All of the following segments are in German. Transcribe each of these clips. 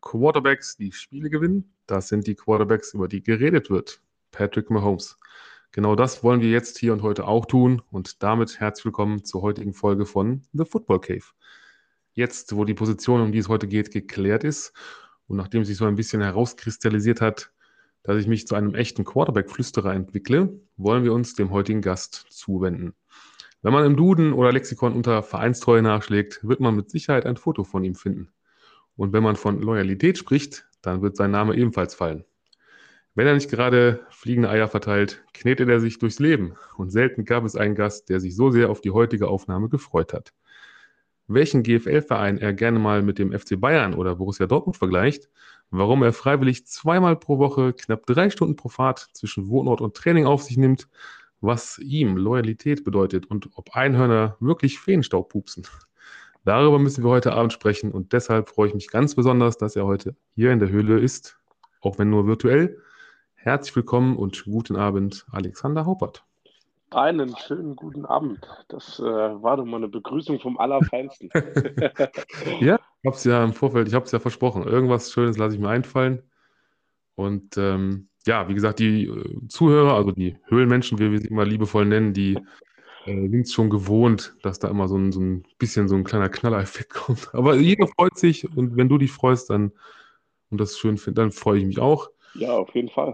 Quarterbacks, die Spiele gewinnen. Das sind die Quarterbacks, über die geredet wird. Patrick Mahomes. Genau das wollen wir jetzt hier und heute auch tun. Und damit herzlich willkommen zur heutigen Folge von The Football Cave. Jetzt, wo die Position, um die es heute geht, geklärt ist und nachdem sich so ein bisschen herauskristallisiert hat, dass ich mich zu einem echten Quarterback-Flüsterer entwickle, wollen wir uns dem heutigen Gast zuwenden. Wenn man im Duden oder Lexikon unter Vereinstreue nachschlägt, wird man mit Sicherheit ein Foto von ihm finden. Und wenn man von Loyalität spricht, dann wird sein Name ebenfalls fallen. Wenn er nicht gerade fliegende Eier verteilt, knetet er sich durchs Leben. Und selten gab es einen Gast, der sich so sehr auf die heutige Aufnahme gefreut hat. Welchen GFL-Verein er gerne mal mit dem FC Bayern oder Borussia Dortmund vergleicht, warum er freiwillig zweimal pro Woche knapp 3 Stunden pro Fahrt zwischen Wohnort und Training auf sich nimmt, was ihm Loyalität bedeutet und ob Einhörner wirklich Feenstaub pupsen. Darüber müssen wir heute Abend sprechen und deshalb freue ich mich ganz besonders, dass er heute hier in der Höhle ist, auch wenn nur virtuell. Herzlich willkommen und guten Abend, Alexander Haupert. Einen schönen guten Abend. Das war doch mal eine Begrüßung vom Allerfeinsten. Ja, ich habe es ja im Vorfeld, ich habe es ja versprochen. Irgendwas Schönes lasse ich mir einfallen. Und ja, wie gesagt, die Zuhörer, also die Höhlenmenschen, wie wir sie immer liebevoll nennen, die sind es schon gewohnt, dass da immer so ein bisschen so ein kleiner Knallereffekt kommt. Aber jeder freut sich und wenn du dich freust, dann und das schön findest, dann freue ich mich auch. Ja, auf jeden Fall.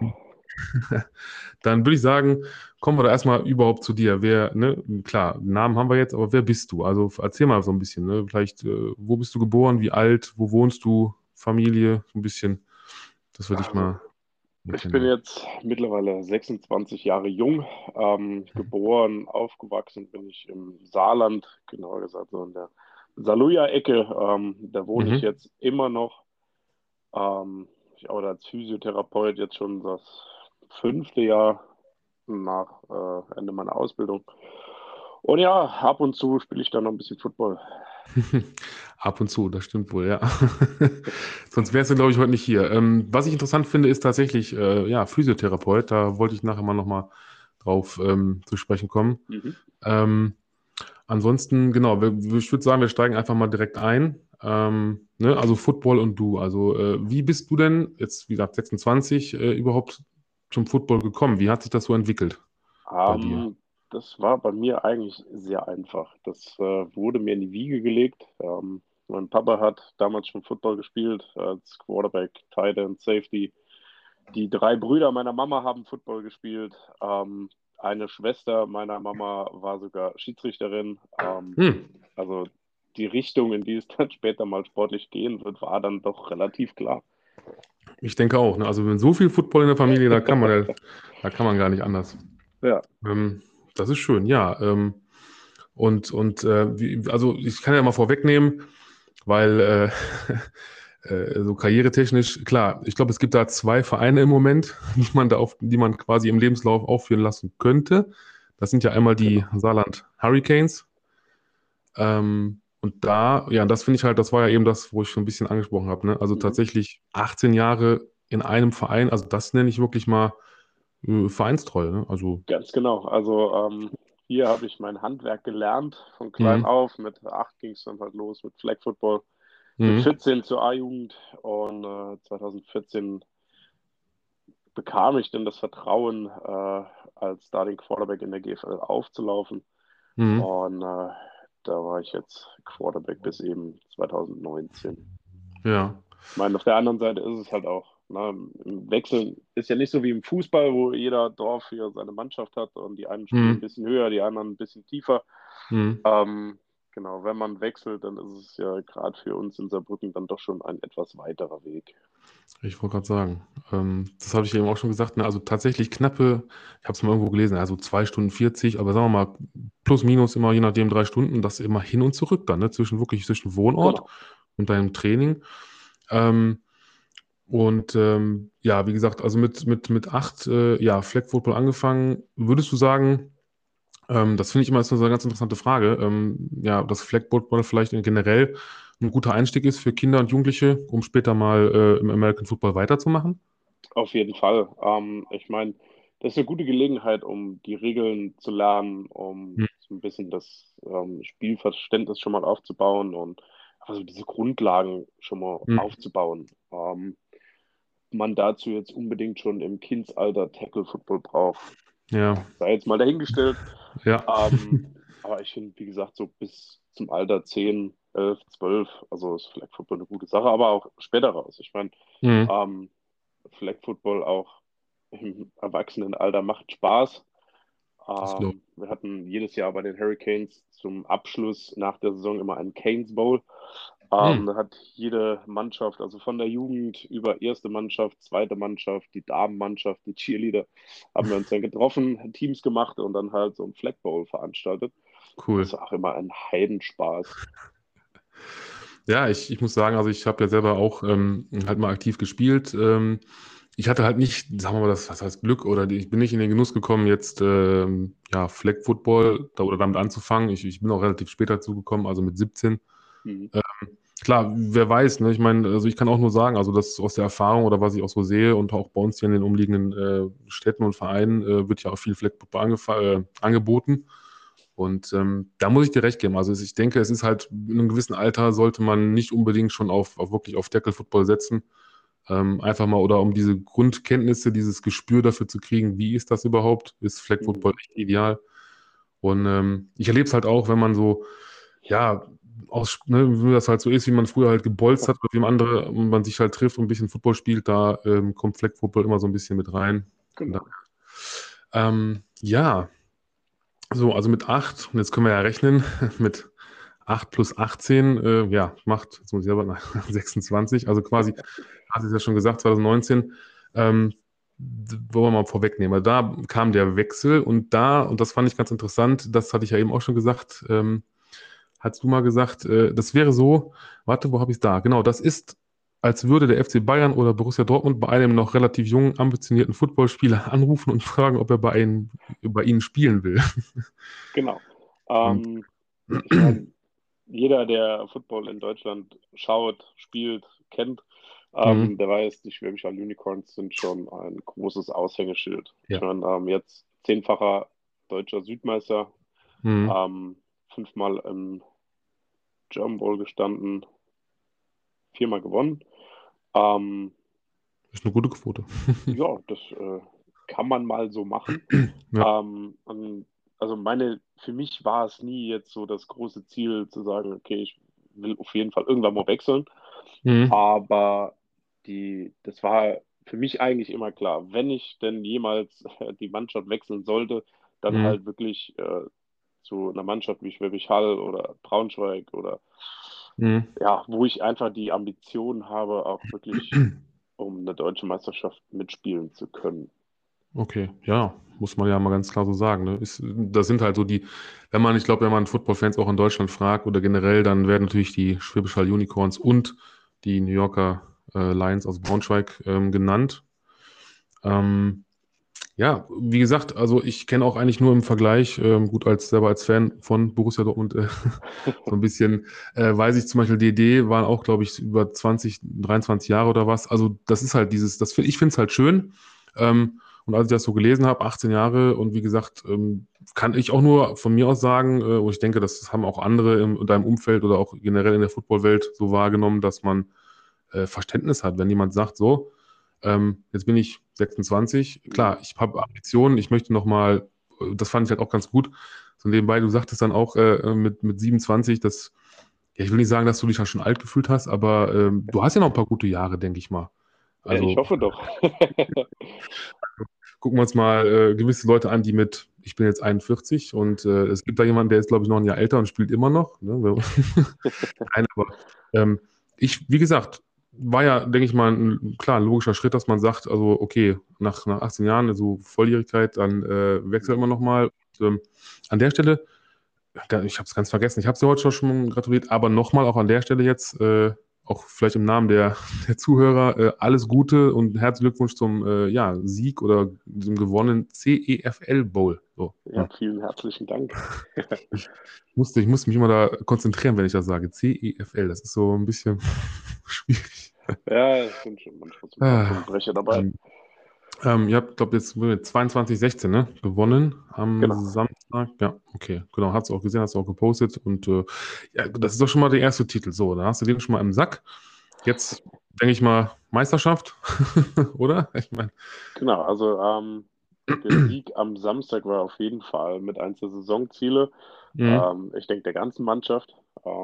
Dann würde ich sagen, kommen wir da erstmal überhaupt zu dir. Wer, ne, klar, Namen haben wir jetzt, aber wer bist du? Also erzähl mal so ein bisschen, ne? Vielleicht, wo bist du geboren, wie alt, wo wohnst du, Familie, so ein bisschen, dass wir dich Also, mal ich bin kennenlernen. jetzt mittlerweile 26 Jahre jung. Geboren, aufgewachsen bin ich im Saarland, genauer gesagt so in der Saarlouis-Ecke. Da wohne ich Mhm. jetzt immer noch. Ich arbeite als Physiotherapeut jetzt schon das 5. Jahr nach Ende meiner Ausbildung. Und ja, ab und zu spiele ich dann noch ein bisschen Football. Ab und zu, das stimmt wohl, ja. Sonst wärst du, glaube ich, heute nicht hier. Was ich interessant finde, ist tatsächlich, ja, Physiotherapeut. Da wollte ich nachher mal nochmal drauf zu sprechen kommen. Mhm. Ähm, Ansonsten, genau, ich würde sagen, wir steigen einfach mal direkt ein. Ne, also Football und du. Also, wie bist du denn jetzt, wie gesagt, 26, überhaupt zum Football gekommen? Wie hat sich das so entwickelt bei dir? Das war bei mir eigentlich sehr einfach. Das wurde mir in die Wiege gelegt. Mein Papa hat damals schon Football gespielt, als Quarterback, Tight End, Safety. Die 3 Brüder meiner Mama haben Football gespielt. Eine Schwester meiner Mama war sogar Schiedsrichterin. Hm, Also die Richtung, in die es dann später mal sportlich gehen wird, war dann doch relativ klar. ich denke auch. Ne? Also, wenn so viel Football in der Familie, da kann man gar nicht anders. Ja, Das ist schön, ja. Also ich kann ja mal vorwegnehmen, weil so karrieretechnisch, klar, ich glaube, es gibt da 2 Vereine im Moment, die man quasi im Lebenslauf aufführen lassen könnte. Das sind ja einmal die genau. Saarland Hurricanes. Und da, ja, das finde ich halt, das war ja eben das, wo ich schon ein bisschen angesprochen habe, ne? Also Mhm. tatsächlich 18 Jahre in einem Verein, also das nenne ich wirklich mal Vereinstreue, ne? Also, Ganz genau. Also hier habe ich mein Handwerk gelernt von klein mhm, auf. Mit 8 ging es dann halt los mit Flag Football. Mit mhm, 14 zur A-Jugend und 2014 bekam ich dann das Vertrauen, als Starting Quarterback in der GFL aufzulaufen. mhm. Und da war ich jetzt Quarterback bis eben 2019. Ja. Ich meine, auf der anderen Seite ist es halt auch, ne, im Wechsel ist ja nicht so wie im Fußball, wo jeder Dorf hier seine Mannschaft hat und die einen spielen ein Mhm. bisschen höher, die anderen ein bisschen tiefer. Mhm. Ähm, genau, wenn man wechselt, dann ist es ja gerade für uns in Saarbrücken dann doch schon ein etwas weiterer Weg. Ich wollte gerade sagen, das habe ich eben auch schon gesagt, ne? Also tatsächlich knappe, ich habe es mal irgendwo gelesen, also 2 Stunden 40, aber sagen wir mal, plus minus immer je nachdem 3 Stunden, das immer hin und zurück dann, ne? Zwischen Wohnort Genau. und deinem Training. Ähm, ja, wie gesagt, also mit 8 ja, Flag Football angefangen, würdest du sagen, das finde ich immer ist so eine ganz interessante Frage. Ja, dass Flag Football vielleicht generell ein guter Einstieg ist für Kinder und Jugendliche, um später mal im American Football weiterzumachen. Auf jeden Fall. Ich meine, das ist eine gute Gelegenheit, um die Regeln zu lernen, um Hm. so ein bisschen das Spielverständnis schon mal aufzubauen und also diese Grundlagen schon mal Hm. aufzubauen. Man dazu jetzt unbedingt schon im Kindsalter Tackle-Football braucht, Ja, sei jetzt mal dahingestellt. ja, Ähm, aber ich finde, wie gesagt, so bis zum Alter 10, 11, 12, also ist Flag Football eine gute Sache, aber auch später raus. Ich meine, hm, ähm, Flag Football auch im Erwachsenenalter macht Spaß. das glaube Wir hatten jedes Jahr bei den Hurricanes zum Abschluss nach der Saison immer einen Canes Bowl. ich. Hm, Da hat jede Mannschaft, also von der Jugend über erste Mannschaft, zweite Mannschaft, die Damenmannschaft, die Cheerleader, haben wir uns dann getroffen, Teams gemacht und dann halt so ein Flag Bowl veranstaltet. cool. Das war auch immer ein Heidenspaß. Ja, ich muss sagen, also ich habe ja selber auch halt mal aktiv gespielt. Ich hatte halt nicht, sagen wir mal, das, was heißt Glück oder ich bin nicht in den Genuss gekommen, jetzt ja, Flag Football da, oder damit anzufangen. Ich bin auch relativ spät dazu gekommen, also mit 17. Mhm. Äh, klar, wer weiß, ne? Ich meine, also ich kann auch nur sagen, also das aus der Erfahrung oder was ich auch so sehe und auch bei uns hier in den umliegenden Städten und Vereinen wird ja auch viel Flag Football angeboten. Und da muss ich dir recht geben. Also ich denke, es ist halt in einem gewissen Alter sollte man nicht unbedingt schon auf wirklich auf Tackle Football setzen. Einfach mal oder um diese Grundkenntnisse, dieses Gespür dafür zu kriegen, wie ist das überhaupt? Ist Flag Mhm. Football echt ideal? Und ich erlebe es halt auch, wenn man so, ja, ne, wie das halt so ist, wie man früher halt gebolzt hat oder wie man andere, und man sich halt trifft und ein bisschen Football spielt, da kommt Flag Football immer so ein bisschen mit rein. Von daher, Genau. ja. So, also mit 8 und jetzt können wir ja rechnen, mit 8 plus 18, ja, macht, jetzt muss ich selber nach 26, also quasi, hast du es ja schon gesagt, 2019, wollen wir mal vorwegnehmen, weil da kam der Wechsel und das fand ich ganz interessant, das hatte ich ja eben auch schon gesagt, hast du mal gesagt, das wäre so, warte, wo habe ich es da? Genau, das ist, als würde der FC Bayern oder Borussia Dortmund bei einem noch relativ jungen, ambitionierten Footballspieler anrufen und fragen, ob er bei ihnen spielen will. Genau. Und Ähm, Ich meine, jeder, der Football in Deutschland schaut, spielt, kennt, Mhm. der weiß, die Schwäbischer Unicorns sind schon ein großes Aushängeschild. Ich Ja. meine, jetzt zehnfacher deutscher Südmeister, Mhm. ähm, fünfmal im German Bowl gestanden, viermal gewonnen. Ähm, Ist eine gute Quote. ja, das kann man mal so machen. Ja. Und also für mich war es nie jetzt so das große Ziel zu sagen, okay, ich will auf jeden Fall irgendwann mal wechseln. Mhm. Aber das war für mich eigentlich immer klar, wenn ich denn jemals die Mannschaft wechseln sollte, dann Mhm. halt wirklich zu einer Mannschaft wie Schwäbisch Hall oder Braunschweig oder Mhm. ja, wo ich einfach die Ambition habe, auch wirklich um eine deutsche Meisterschaft mitspielen zu können. Okay, ja, muss man ja mal ganz klar so sagen. Ne? Das sind halt so die, wenn man, ich glaube, wenn man Football-Fans auch in Deutschland fragt oder generell, dann werden natürlich die Schwäbisch Hall Unicorns und die New Yorker Lions aus Braunschweig genannt. Ähm, Ja, wie gesagt, also ich kenne auch eigentlich nur im Vergleich, gut als selber als Fan von Borussia Dortmund, so ein bisschen, weiß ich zum Beispiel, DD waren auch, glaube ich, über 20, 23 Jahre oder was. Also das ist halt dieses, ich finde es halt schön. Und als ich das so gelesen habe, 18 Jahre und wie gesagt, kann ich auch nur von mir aus sagen, und ich denke, das haben auch andere in deinem Umfeld oder auch generell in der Footballwelt so wahrgenommen, dass man Verständnis hat, wenn jemand sagt, so, jetzt bin ich 26. Mhm. Klar, ich habe Ambitionen, ich möchte nochmal, das fand ich halt auch ganz gut. So nebenbei, du sagtest dann auch mit 27, dass, ja, ich will nicht sagen, dass du dich dann schon alt gefühlt hast, aber du hast ja noch ein paar gute Jahre, denke ich mal. Ja, ich Also hoffe doch. gucken wir uns mal gewisse Leute an, die mit, ich bin jetzt 41 und es gibt da jemanden, der ist, glaube ich, noch ein Jahr älter und spielt immer noch. Ne? Nein, aber wie gesagt, war ja, denke ich mal, klar, ein logischer Schritt, dass man sagt, also okay, nach 18 Jahren, also Volljährigkeit, dann wechselt man Mhm. nochmal. Und, an der Stelle, ich habe es ganz vergessen, ich habe dir heute schon gratuliert, aber nochmal auch an der Stelle jetzt, auch vielleicht im Namen der Zuhörer, alles Gute und herzlichen Glückwunsch zum ja, Sieg oder dem gewonnenen CEFL Bowl. So. Ja, vielen herzlichen Dank. Ich ich musste mich immer da konzentrieren, wenn ich das sage. CEFL, das ist so ein bisschen schwierig. Ja, es sind schon manchmal so ein paar Ah, Zungenbrecher dabei. Ihr habt, glaube ich, jetzt 22-16, ne, gewonnen am Genau. Samstag. Ja, okay, genau, hast du auch gesehen, hast du auch gepostet. Und ja, das ist doch schon mal der erste Titel. So, da hast du den schon mal im Sack. Jetzt denke ich mal Meisterschaft, oder? Ich meine, Genau, also der Sieg am Samstag war auf jeden Fall mit eins der Saisonziele. mhm, Ich denke, der ganzen Mannschaft.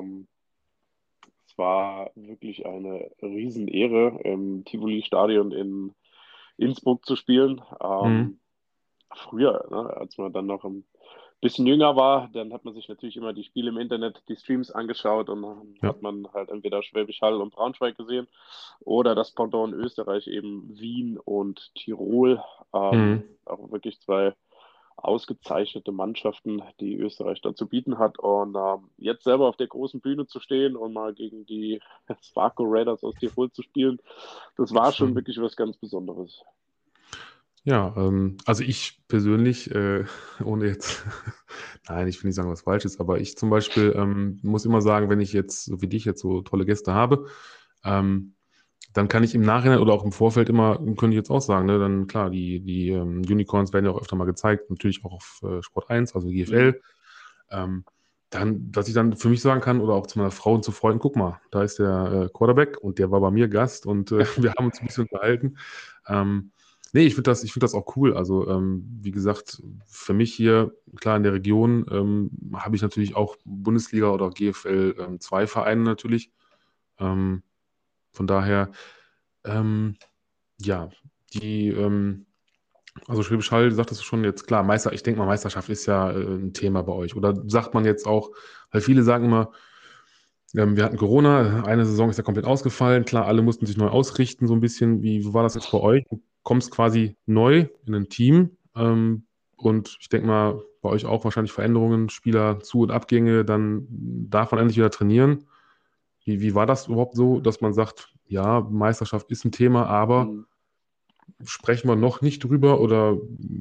Es war wirklich eine Riesenehre, im Tivoli-Stadion in Innsbruck zu spielen. mhm, Früher, ne, als man dann noch ein bisschen jünger war, dann hat man sich natürlich immer die Spiele im Internet, die Streams angeschaut und dann ja, hat man halt entweder Schwäbisch Hall und Braunschweig gesehen oder das Pendant in Österreich eben Wien und Tirol. mhm, Auch wirklich zwei ausgezeichnete Mannschaften, die Österreich da zu bieten hat. Und jetzt selber auf der großen Bühne zu stehen und mal gegen die Sparco Raiders aus Tirol zu spielen, das war schon schon. wirklich was ganz Besonderes. Ja, also ich persönlich, ohne jetzt, nein, ich will nicht sagen, was falsch ist, aber ich zum Beispiel muss immer sagen, wenn ich jetzt, so wie dich, jetzt so tolle Gäste habe, ähm, dann kann ich im Nachhinein oder auch im Vorfeld immer, könnte ich jetzt auch sagen, ne, dann klar, die Unicorns werden ja auch öfter mal gezeigt, natürlich auch auf Sport 1, also Mhm. GFL. Ähm, dann, dass ich dann für mich sagen kann oder auch zu meiner Frau und zu Freunden, guck mal, da ist der Quarterback und der war bei mir Gast und wir haben uns ein bisschen unterhalten. Ähm, Nee, ich finde das auch cool. Also, wie gesagt, für mich hier, klar, in der Region habe ich natürlich auch Bundesliga oder GFL 2 Vereine natürlich. Ähm, von daher, ähm, ja, die, also Schwäbisch Hall, sagtest du schon jetzt, klar, Meister, ich denke mal, Meisterschaft ist ja ein Thema bei euch. Oder sagt man jetzt auch, weil viele sagen immer, wir hatten Corona, eine Saison ist ja komplett ausgefallen. Klar, alle mussten sich neu ausrichten, so ein bisschen. Wie war das jetzt bei euch? Du kommst quasi neu in ein Team. Und ich denke mal, bei euch auch wahrscheinlich Veränderungen, Spieler, Zu- und Abgänge, dann darf man endlich wieder trainieren. Wie war das überhaupt so, dass man sagt, ja, Meisterschaft ist ein Thema, aber Mhm. sprechen wir noch nicht drüber oder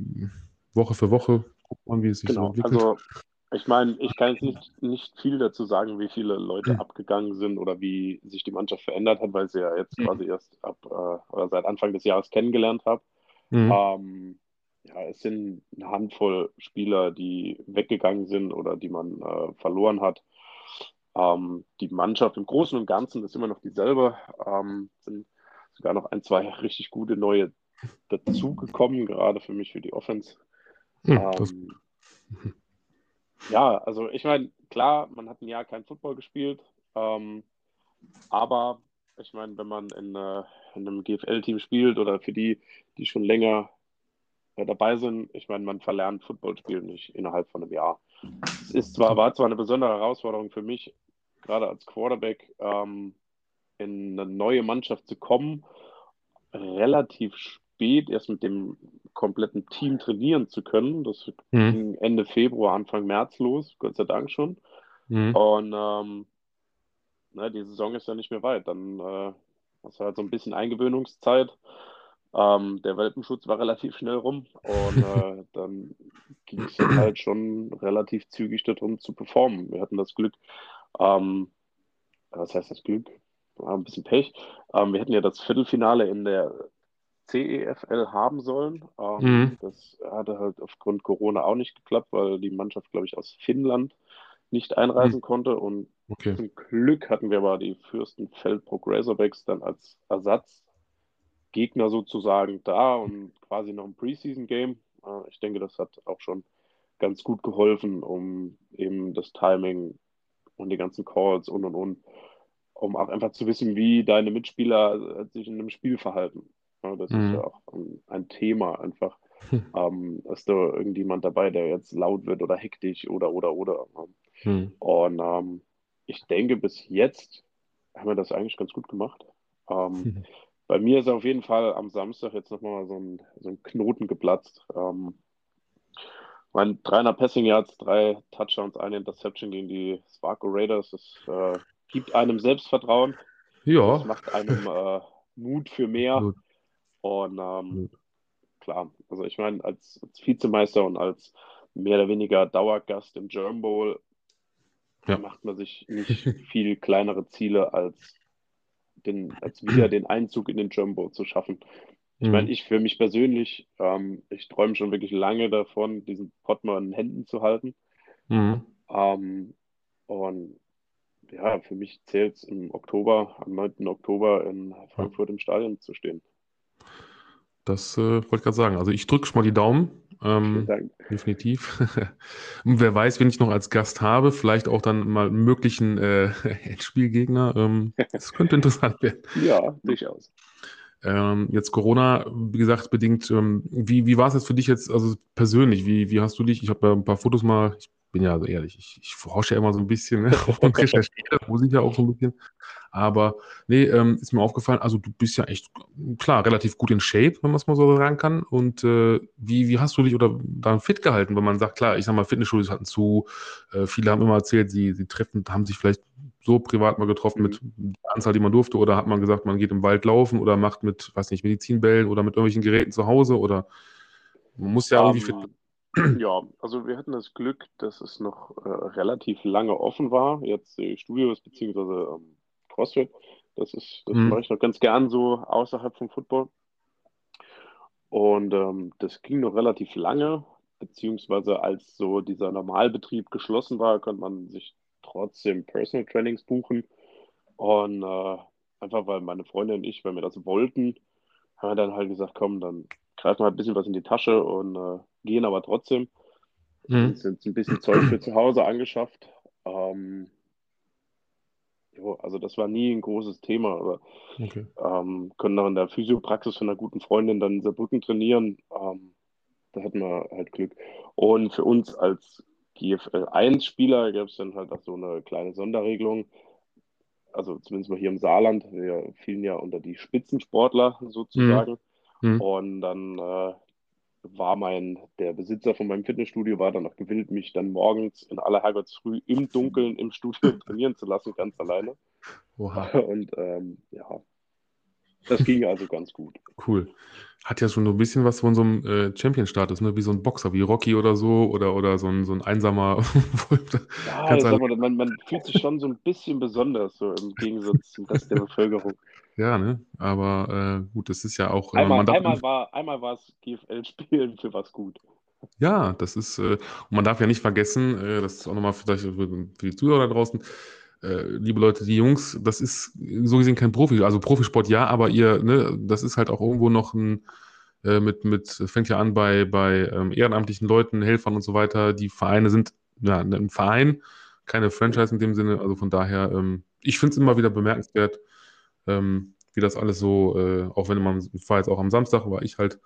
Woche für Woche guckt man, wie es sich so Genau, entwickelt? also ich meine, ich kann jetzt nicht viel dazu sagen, wie viele Leute abgegangen sind oder wie sich die Mannschaft verändert hat, weil sie ja jetzt Mhm. quasi erst oder seit Anfang des Jahres kennengelernt habe. Mhm. Ähm, ja, es sind eine Handvoll Spieler, die weggegangen sind oder die man verloren hat. Die Mannschaft im Großen und Ganzen ist immer noch dieselbe. Sind sogar noch ein, zwei richtig gute neue dazugekommen, gerade für mich für die Offense. Mhm. Ähm, ja, also ich meine, klar, man hat ein Jahr kein Football gespielt, aber ich meine, wenn man in einem GFL-Team spielt oder für die, die schon länger dabei sind, ich meine, man verlernt Football spielen nicht innerhalb von einem Jahr. War zwar eine besondere Herausforderung für mich, gerade als Quarterback, in eine neue Mannschaft zu kommen, relativ spät erst mit dem kompletten Team trainieren zu können. Das Mhm. ging Ende Februar, Anfang März los, Gott sei Dank schon. Mhm. Und ne, die Saison ist ja nicht mehr weit. Dann hast du halt so ein bisschen Eingewöhnungszeit. Der Welpenschutz war relativ schnell rum und dann ging es dann halt schon relativ zügig darum zu performen. Wir hatten das Glück, ähm, was heißt das Glück? War ein bisschen Pech. Wir hätten ja das Viertelfinale in der CEFL haben sollen. Mhm. Das hatte halt aufgrund Corona auch nicht geklappt, weil die Mannschaft, glaube ich, aus Finnland nicht einreisen Mhm. konnte. Und Okay. zum Glück hatten wir aber die Fürstenfeldbruck Razorbacks dann als Ersatzgegner sozusagen da und quasi noch ein Preseason-Game. Ich denke, das hat auch schon ganz gut geholfen, um eben das Timing und die ganzen Calls und, um auch einfach zu wissen, wie deine Mitspieler sich in einem Spiel verhalten. Ja, das ist ja Mhm. auch ein Thema einfach. Ist da irgendjemand dabei, der jetzt laut wird oder hektisch oder. Mhm. Und ich denke, bis jetzt haben wir das eigentlich ganz gut gemacht. Ähm, Mhm. bei mir ist auf jeden Fall am Samstag jetzt nochmal so ein Knoten geplatzt. Mein 300 Passing Yards, 3 Touchdowns, eine Interception gegen die Sparco Raiders. Das gibt einem Selbstvertrauen. Das Ja, macht einem Mut für mehr. absolut. Und Absolut. klar, also ich meine, als Vizemeister und als mehr oder weniger Dauergast im German Bowl Ja. macht man sich nicht viel kleinere Ziele, als wieder den Einzug in den German Bowl zu schaffen. Ich meine, Mhm. ich für mich persönlich, ich träume schon wirklich lange davon, diesen Pott mal in den Händen zu halten. Mhm. Ähm, und ja, für mich zählt es im Oktober, am 9. Oktober in Ja. Frankfurt im Stadion zu stehen. Das wollte ich gerade sagen. Also ich drücke schon mal die Daumen. Vielen Dank. Definitiv. Und wer weiß, wen ich noch als Gast habe, vielleicht auch dann mal einen möglichen Endspielgegner. Das könnte interessant werden. Ja, durchaus. Jetzt Corona, wie gesagt, bedingt. Wie war es jetzt für dich jetzt, also persönlich? Wie hast du dich? Ich habe ja ein paar Fotos mal, ich bin ja so ehrlich, ich forsche ja immer so ein bisschen, ne, und recherchiere, muss ich ja auch so ein bisschen. Aber nee, ist mir aufgefallen, also du bist ja echt, klar, relativ gut in Shape, wenn man es mal so sagen kann. Und wie hast du dich oder dann fit gehalten, wenn man sagt, klar, ich sag mal, Fitnessstudios hatten zu, viele haben immer erzählt, sie treffen, haben sich vielleicht so privat mal getroffen Mhm. mit der Anzahl, die man durfte, oder hat man gesagt, man geht im Wald laufen oder macht mit, weiß nicht, Medizinbällen oder mit irgendwelchen Geräten zu Hause oder man muss ja irgendwie fit Ähm, ja, also wir hatten das Glück, dass es noch relativ lange offen war. Jetzt Studios beziehungsweise CrossFit. Das mache bleiben. ich noch ganz gern so außerhalb vom Football. Und das ging noch relativ lange, beziehungsweise als so dieser Normalbetrieb geschlossen war, konnte man sich trotzdem Personal Trainings buchen. Und einfach weil meine Freundin und ich, weil wir das wollten, haben wir dann halt gesagt, komm, dann greifen wir halt ein bisschen was in die Tasche und gehen aber trotzdem. Uns Mhm. jetzt ein bisschen Zeug für zu Hause angeschafft. Ähm, jo, also das war nie ein großes Thema, aber Okay. können auch in der Physiopraxis von einer guten Freundin dann in Saarbrücken trainieren. Da hatten wir halt Glück. Und für uns als GFL 1-Spieler gab es dann halt auch so eine kleine Sonderregelung. Also zumindest mal hier im Saarland. Wir fielen ja unter die Spitzensportler Mhm. sozusagen. Mhm. Und dann der Besitzer von meinem Fitnessstudio war dann auch gewillt, mich dann morgens in aller Herrgottsfrüh im Dunkeln im Studio trainieren zu lassen, ganz alleine. Oha. Und ja, das ging also ganz gut. Cool. Hat ja schon so ein bisschen was von so einem Champion-Status, ne? Wie so ein Boxer, wie Rocky oder so, oder so ein einsamer Wolf. Ja, Kannst ich sag also, mal, man fühlt sich schon so ein bisschen besonders, so im Gegensatz zum Rest der Bevölkerung. ja, ne? Aber gut, das ist ja auch, man darf, Einmal war es GFL-Spielen für was gut. ja, das ist, und man darf ja nicht vergessen, das ist auch nochmal vielleicht für die Zuhörer da draußen, liebe Leute, die Jungs, das ist so gesehen kein Profi, also Profisport ja, aber ihr, ne, das ist halt auch irgendwo noch ein, fängt ja an bei ehrenamtlichen Leuten, Helfern und so weiter. Die Vereine sind ja ein Verein, keine Mhm. Franchise in dem Sinne. Also von daher, ich finde es immer wieder bemerkenswert, wie das alles so, auch wenn man, ich war jetzt auch am Samstag, war ich halt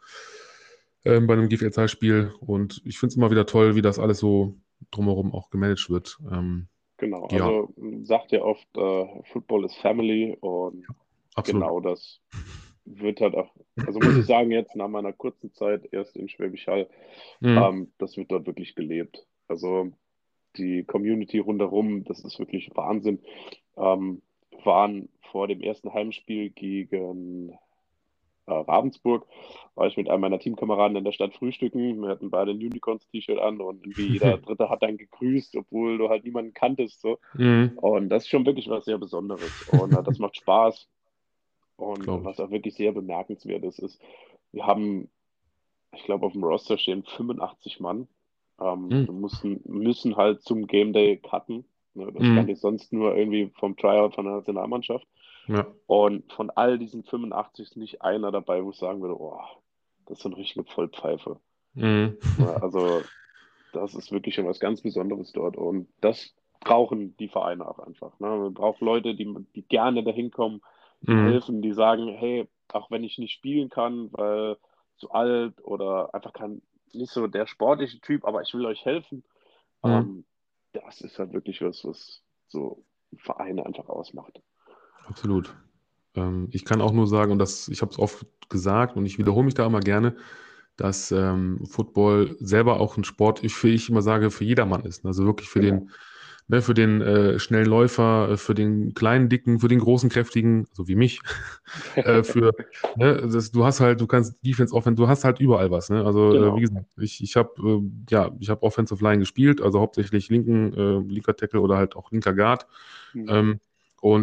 bei einem GFL-Spiel und ich finde es immer wieder toll, wie das alles so drumherum auch gemanagt wird. Genau, Ja, also sagt ja oft, Football is Family und absolut. genau das wird halt auch, also muss ich sagen, jetzt nach meiner kurzen Zeit erst in Schwäbisch Hall, Mhm. das wird dort wirklich gelebt. Also die Community rundherum, das ist wirklich Wahnsinn. Ähm, waren vor dem ersten Heimspiel gegen Ravensburg, war ich mit einem meiner Teamkameraden in der Stadt frühstücken. Wir hatten beide ein Unicorns-T-Shirt an und irgendwie jeder Dritte hat dann gegrüßt, obwohl du halt niemanden kanntest. So. Mhm. Und das ist schon wirklich was sehr Besonderes. Und das macht Spaß. Und Glaube was ich. auch wirklich sehr bemerkenswert ist, ist, wir haben, ich glaube, auf dem Roster stehen 85 Mann. Mhm. Müssen halt zum Game Day cutten. Ne, das kann Mhm. ich sonst nur irgendwie vom Tryout von der Nationalmannschaft. Ja, Und von all diesen 85 ist nicht einer dabei, wo ich sagen würde, oh, das ist so eine richtige Vollpfeife. mhm. Ja, also das ist wirklich schon was ganz Besonderes dort. Und das brauchen die Vereine auch einfach. Ne? Man braucht Leute, die gerne dahin kommen, die Mhm. helfen, die sagen, hey, auch wenn ich nicht spielen kann, weil zu alt oder einfach nicht so der sportliche Typ, aber ich will euch helfen. Mhm. Ähm, Das ist halt wirklich was so Vereine einfach ausmacht. Absolut. Ich kann auch nur sagen, und das, ich habe es oft gesagt und ich wiederhole mich da immer gerne, dass Football selber auch ein Sport, ich immer sage, für jedermann ist. Also wirklich Genau. für den schnellen Läufer, für den kleinen, dicken, für den großen, kräftigen, so wie mich, für, ne, du hast halt, du kannst Defense, Offense, du hast halt überall was. Ne? Also wie Genau. gesagt, ich habe ich habe Offensive Line gespielt, also hauptsächlich linker Tackle oder halt auch linker Guard. Mhm. Ähm, und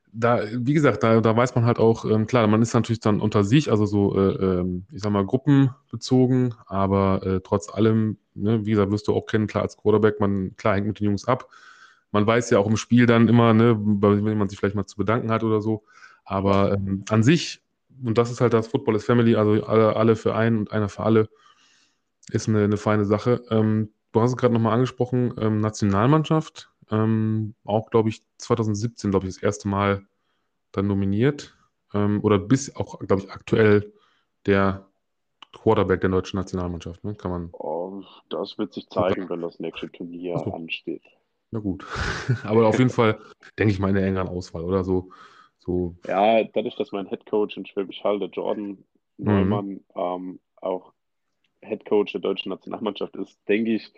wie gesagt, da weiß man halt auch, klar, man ist natürlich dann unter sich, also so, ich sag mal, gruppenbezogen, aber trotz allem, ne, wie gesagt, wirst du auch kennen, klar, als Quarterback, klar, hängt mit den Jungs ab. Man weiß ja auch im Spiel dann immer, ne, wenn man sich vielleicht mal zu bedanken hat oder so. Ja. Aber an sich, und das ist halt das Football is Family, also alle für einen und einer für alle, ist eine feine Sache. Du hast es gerade nochmal angesprochen, Nationalmannschaft, auch, glaube ich, 2017, glaube ich, das erste Mal dann nominiert. Oder bis auch, glaube ich, aktuell der Quarterback der deutschen Nationalmannschaft, ne? Kann man Das wird sich so sagen. zeigen, wenn das nächste Turnier Achso, ansteht. na gut. Aber auf jeden Fall, denke ich mal, in der engeren Auswahl, oder so. So, Ja, dadurch, dass mein Headcoach in Schwäbisch Hall, der Jordan mhm. Neumann, auch Headcoach der deutschen Nationalmannschaft ist, denke ich,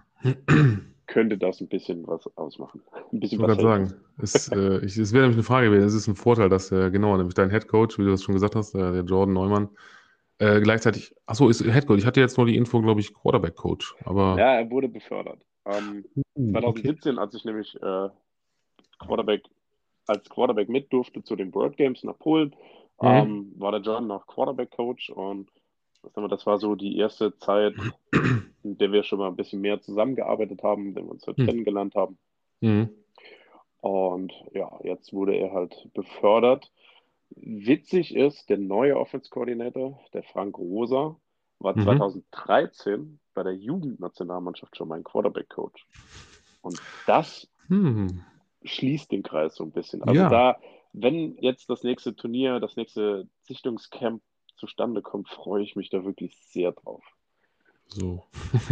könnte das ein bisschen was ausmachen. Ein Ich bisschen wollte was gerade helfen. sagen, es wäre nämlich eine Frage gewesen. Es ist ein Vorteil, dass genau, nämlich dein Headcoach, wie du das schon gesagt hast, der Jordan Neumann, gleichzeitig, achso, ist Headcoach. Ich hatte jetzt nur die Info, glaube ich, Quarterback-Coach, aber, Ja, er wurde befördert. okay. 2017, als ich nämlich Quarterback, als Quarterback mit durfte zu den World Games nach Polen, Mhm. war der Jordan noch Quarterback-Coach und das war so die erste Zeit, in der wir schon mal ein bisschen mehr zusammengearbeitet haben, in der wir uns halt Mhm. kennengelernt haben. Mhm. Und ja, jetzt wurde er halt befördert. Witzig ist, der neue Offense Coordinator, der Frank Rosa, war Mhm. 2013 bei der Jugendnationalmannschaft schon mein Quarterback-Coach. Und das Mhm. schließt den Kreis so ein bisschen. Also Ja, da, wenn jetzt das nächste Turnier, das nächste Sichtungscamp zustande kommt, freue ich mich da wirklich sehr drauf. so.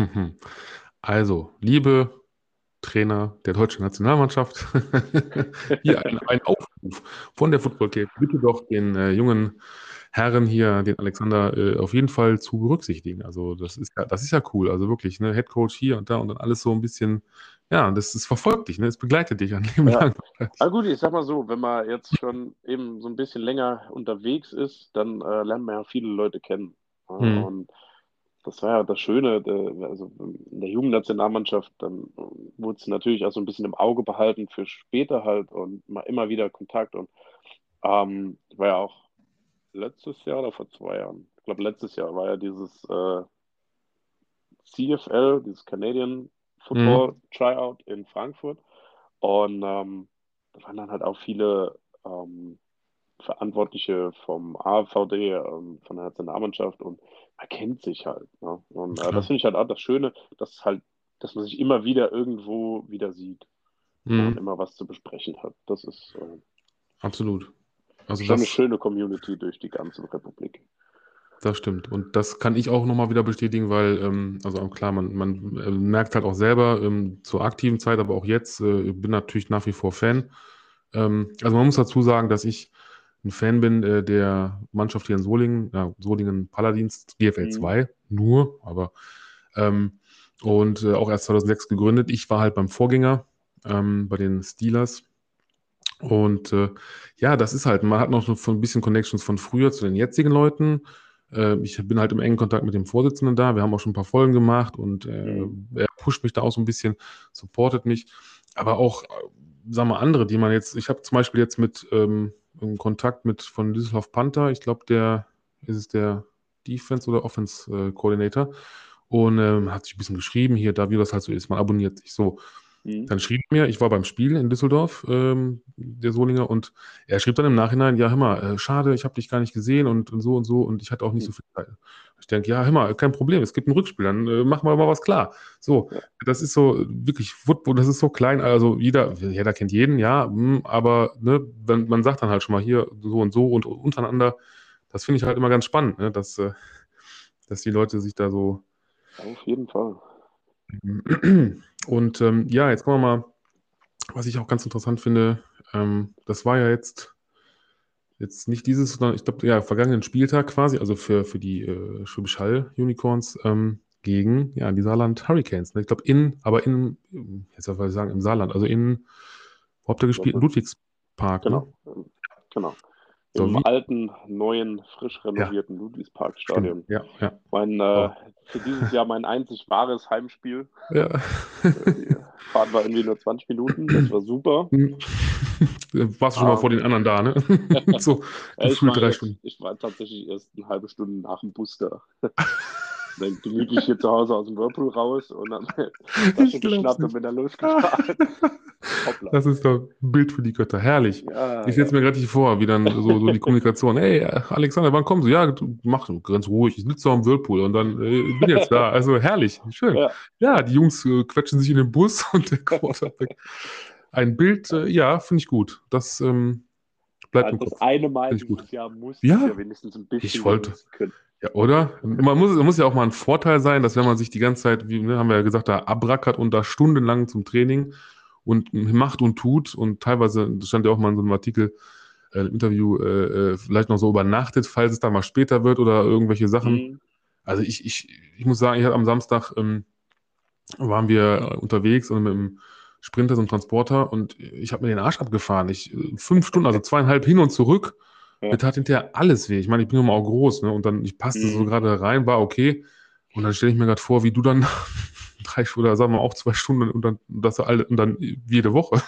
Also, liebe Trainer der deutschen Nationalmannschaft, hier ein Aufruf von der Football Cape. Bitte doch den jungen Herren hier, den Alexander, auf jeden Fall zu berücksichtigen. Also, das ist ja cool. Also wirklich, ne, Head Coach hier und da und dann alles so ein bisschen, ja, das verfolgt dich, ne? Es begleitet dich ein Leben Ja. lang. Aber gut, ich sag mal so, wenn man jetzt schon eben so ein bisschen länger unterwegs ist, dann lernt man ja viele Leute kennen. Ja, Hm, und das war ja das Schöne, also in der Jugendnationalmannschaft, dann wurde es natürlich auch so ein bisschen im Auge behalten für später halt und mal immer wieder Kontakt. Und war ja auch letztes Jahr oder vor 2 Jahren, ich glaube letztes Jahr war ja dieses CFL, dieses Canadian hm, Football Tryout in Frankfurt. Und da waren dann halt auch viele Verantwortliche vom AVD, von der Nationalmannschaft und man kennt sich halt. Ne? Und das klar. finde ich halt auch das Schöne, dass man sich immer wieder irgendwo wieder sieht und Hm, immer was zu besprechen hat. Das ist absolut. Also schon eine das. schöne Community durch die ganze Republik. Das stimmt. Und das kann ich auch nochmal wieder bestätigen, weil, also klar, man merkt halt auch selber zur aktiven Zeit, aber auch jetzt, bin natürlich nach wie vor Fan. Also man muss dazu sagen, dass ich ein Fan bin der Mannschaft hier in Solingen, ja, Solingen Paladins, GFL Mhm. 2, nur, aber ähm, und auch erst 2006 gegründet. Ich war halt beim Vorgänger, bei den Steelers. Und ja, das ist halt, man hat noch so ein bisschen Connections von früher zu den jetzigen Leuten. Ich bin halt im engen Kontakt mit dem Vorsitzenden da. Wir haben auch schon ein paar Folgen gemacht und Mhm. er pusht mich da auch so ein bisschen, supportet mich. Aber auch, sagen wir, andere, die man jetzt, ich habe zum Beispiel jetzt mit im Kontakt mit von Düsseldorf Panther, ich glaube, ist es der Defense- oder Offense-Coordinator. Und hat sich ein bisschen geschrieben, hier, da wie das halt so ist, man abonniert sich so. Mhm. Dann schrieb er mir, ich war beim Spiel in Düsseldorf, der Solinger, und er schrieb dann im Nachhinein, ja, hör mal, schade, ich habe dich gar nicht gesehen und so und ich hatte auch nicht so Mhm. viel Zeit. Ich denke, ja, hör mal, kein Problem, es gibt ein Rückspiel, dann machen wir mal was klar. So, Ja, das ist so wirklich Football, das ist so klein, also jeder kennt jeden, ja, aber ne, man sagt dann halt schon mal hier so und untereinander, das finde ich halt immer ganz spannend, ne, dass die Leute sich da so auf jeden Fall. und ja, jetzt kommen wir mal. Was ich auch ganz interessant finde, das war ja jetzt nicht dieses, sondern ich glaube, ja, vergangenen Spieltag quasi, also für die Schwäbisch Hall Unicorns gegen ja, die Saarland Hurricanes. Ne? Ich glaube, jetzt soll ich sagen, im Saarland, also wo habt ihr Das gespielt? In ist, Ludwigspark, ne? genau, genau. So Im wie, alten, neuen, frisch ja, renovierten stimmt, Ludwigsparkstadion. ja. Mein, So. für dieses Jahr mein einzig wahres Heimspiel. Ja. Die Fahrt war irgendwie nur 20 Minuten, das war super. warst du schon mal vor den anderen da, ne? So gefühlt 3 Stunden. Ich war tatsächlich erst eine halbe Stunde nach dem Bus da. Dann gemütlich hier zu Hause aus dem Whirlpool raus und dann Tasche Ich glaub's geschnappt und nicht. bin dann losgefahren. Hoppla. Das ist doch ein Bild für die Götter. Herrlich. Ja, Ich stelle ja. es mir gerade nicht vor, wie dann so die Kommunikation. Hey, Alexander, wann kommst du? Ja, du mach ganz ruhig. Ich sitze doch am Whirlpool und dann bin jetzt da. Also herrlich, schön. Ja, Ja, die Jungs quetschen sich in den Bus und der Quarterback. Ein Bild, ja, finde ich gut. Das bleibt ja, im das Kopf. eine Mal Finde ich gut. dieses Jahr musste ich Ja, ja wenigstens ein ich bisschen wollte. genießen können. Ja, oder? Man muss ja auch mal ein Vorteil sein, dass wenn man sich die ganze Zeit, wie haben wir ja gesagt, da abrackert und da stundenlang zum Training und macht und tut und teilweise, das stand ja auch mal in so einem Artikel, im Interview, vielleicht noch so übernachtet, falls es dann mal später wird oder irgendwelche Sachen. Mhm. Also ich muss sagen, ich hatte am Samstag waren wir unterwegs und mit dem Sprinter, so einem Transporter und ich habe mir den Arsch abgefahren. 5 Stunden, also 2,5 hin und zurück. Mir Ja. tat hinterher alles weh. Ich meine, ich bin nun mal auch groß, ne? Und dann, ich passte so Mhm. gerade rein, war okay. Und dann stelle ich mir gerade vor, wie du dann 3 Stunden oder sagen wir auch 2 Stunden und dann das alle und dann jede Woche.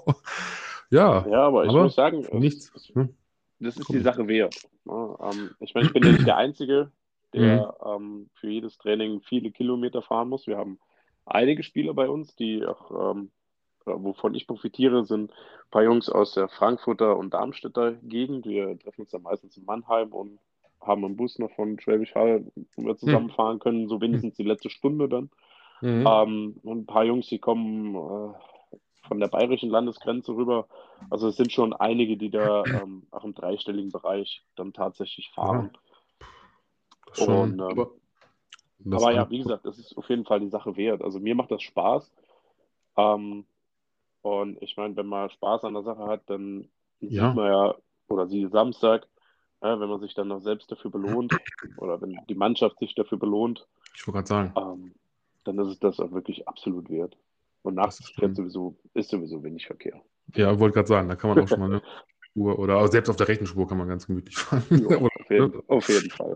Ja, Ja, aber ich muss aber sagen, für nichts. Ne? das ist Kommt die nichts. Sache wert. Ne? Ich meine, ich bin ja nicht der Einzige, Mhm. der für jedes Training viele Kilometer fahren muss. Wir haben einige Spieler bei uns, die auch, wovon ich profitiere, sind ein paar Jungs aus der Frankfurter und Darmstädter Gegend. Wir treffen uns dann meistens in Mannheim und haben einen Bus noch von Schwäbisch Hall, wo wir Mhm. zusammenfahren können, so wenigstens die letzte Stunde dann. Mhm. Und ein paar Jungs, die kommen von der bayerischen Landesgrenze rüber. Also es sind schon einige, die da auch im dreistelligen Bereich dann tatsächlich Ja, fahren. das Und schon. Aber das aber ja, andere. wie gesagt, das ist auf jeden Fall die Sache wert. Also mir macht das Spaß. Ähm, und ich meine, wenn man Spaß an der Sache hat, dann sieht Ja, man ja, oder siehe Samstag, wenn man sich dann noch selbst dafür belohnt, oder wenn die Mannschaft sich dafür belohnt, ich wollte gerade sagen, ähm, dann ist es das auch wirklich absolut wert. Und das nachts ist schon. ist sowieso wenig Verkehr. Ja, wollte gerade sagen, da kann man auch schon mal eine Spur oder auch selbst auf der rechten Spur kann man ganz gemütlich fahren. Ja, Oder, ne? auf jeden Fall.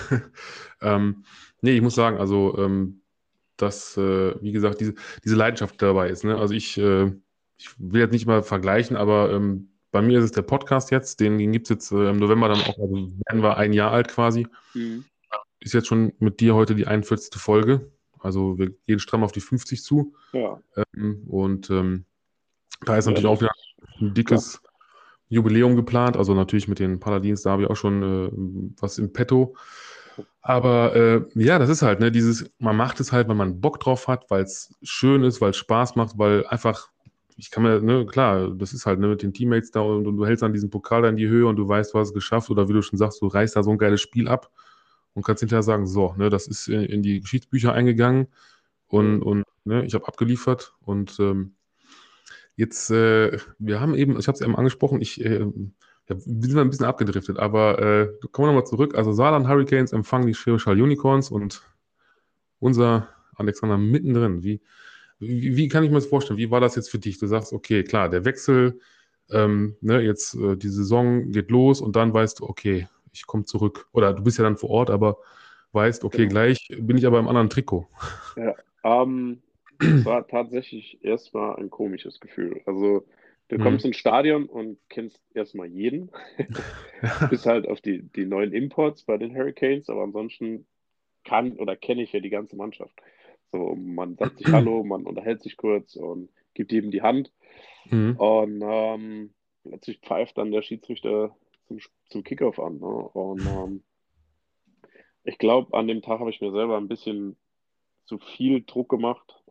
Nee, ich muss sagen, also dass, wie gesagt, diese Leidenschaft dabei ist. Ne? Also ich will jetzt nicht mal vergleichen, aber bei mir ist es der Podcast jetzt, den gibt es jetzt im November dann auch, also werden wir ein Jahr alt quasi. Mhm. Ist jetzt schon mit dir heute die 41. Folge. Also wir gehen stramm auf die 50 zu. Ja, Und da ist ja, natürlich auch das wieder ist ein klar. dickes Jubiläum geplant. Also natürlich mit den Paladins, da habe ich auch schon was im Petto. Aber ja, das ist halt, ne, man macht es halt, weil man Bock drauf hat, weil es schön ist, weil es Spaß macht, weil einfach, ich kann mir, ne, klar, das ist halt, ne, mit den Teammates da und du hältst dann diesen Pokal da in die Höhe und du weißt, du hast es geschafft oder wie du schon sagst, du reißt da so ein geiles Spiel ab und kannst hinterher sagen, so, ne, das ist in die Geschichtsbücher eingegangen Mhm. und ne, ich habe abgeliefert und jetzt, wir haben eben, ich habe es eben angesprochen, ja, wir sind ein bisschen abgedriftet, aber kommen wir nochmal zurück. Also Saarland Hurricanes empfangen die Schwäbisch Hall Unicorns und unser Alexander mittendrin. Wie kann ich mir das vorstellen? Wie war das jetzt für dich? Du sagst, okay, klar, der Wechsel, ne, jetzt die Saison geht los und dann weißt du, okay, ich komme zurück. Oder du bist ja dann vor Ort, aber weißt, okay, Genau. gleich bin ich aber im anderen Trikot. Ja, das war tatsächlich erstmal ein komisches Gefühl. Also, du kommst Mhm. ins Stadion und kennst erstmal jeden, bis halt auf die neuen Imports bei den Hurricanes, aber ansonsten kann oder kenne ich ja die ganze Mannschaft. So, man sagt sich Hallo, man unterhält sich kurz und gibt jedem die Hand. Mhm. Und plötzlich pfeift dann der Schiedsrichter zum Kickoff an. Ne? Und ich glaube, an dem Tag habe ich mir selber ein bisschen zu viel Druck gemacht.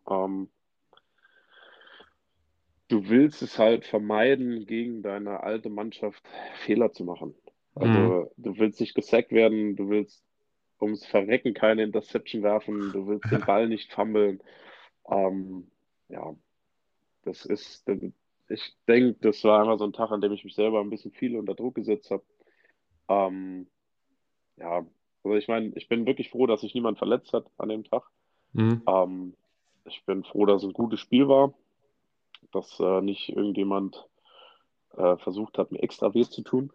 Du willst es halt vermeiden, gegen deine alte Mannschaft Fehler zu machen. Mhm. Also du willst nicht gesackt werden, du willst ums Verrecken keine Interception werfen, du willst den Ball nicht fummeln. Ähm, ja, das ist, ich denke, das war einfach so ein Tag, an dem ich mich selber ein bisschen viel unter Druck gesetzt habe. Ähm, ja, also ich meine, ich bin wirklich froh, dass sich niemand verletzt hat an dem Tag. Mhm. Ähm, ich bin froh, dass es ein gutes Spiel war, dass nicht irgendjemand versucht hat, mir extra weh zu tun.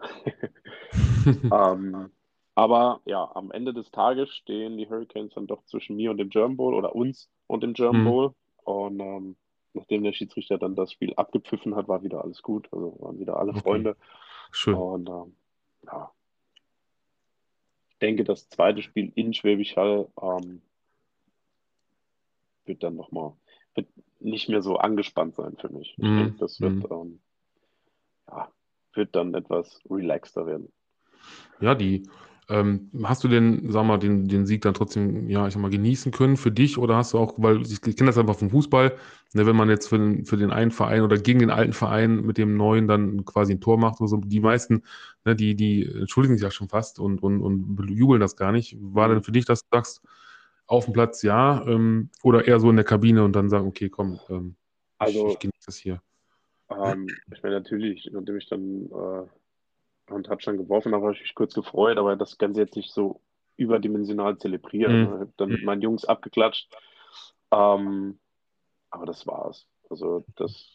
Ähm, aber ja, am Ende des Tages stehen die Hurricanes dann doch zwischen mir und dem German Bowl oder uns und dem German Mhm. Bowl. Und nachdem der Schiedsrichter dann das Spiel abgepfiffen hat, war wieder alles gut. Also waren wieder alle Okay, Freunde. schön. Und ja, ich denke, das zweite Spiel in Schwäbisch Hall wird dann wird nicht mehr so angespannt sein für mich. Ich denke, Mhm. das Mhm. ja, wird dann etwas relaxter werden. Ja, hast du den, sag mal, den Sieg dann trotzdem, ja, ich sag mal, genießen können für dich oder hast du auch, weil ich kenne das einfach vom Fußball, ne, wenn man jetzt für den einen Verein oder gegen den alten Verein mit dem neuen dann quasi ein Tor macht oder so, die meisten, ne, die entschuldigen sich ja schon fast und bejubeln das gar nicht. War denn Mhm. für dich, dass du sagst, auf dem Platz ja, oder eher so in der Kabine und dann sagen, okay, komm, ich Also, genieße das hier. ich meine, natürlich, nachdem ich dann einen Touchdown geworfen habe, habe ich mich kurz gefreut, aber das Ganze jetzt nicht so überdimensional zelebriert. Ne? Ich Mhm. habe dann mit meinen Jungs abgeklatscht. Ähm, aber das war's. Also,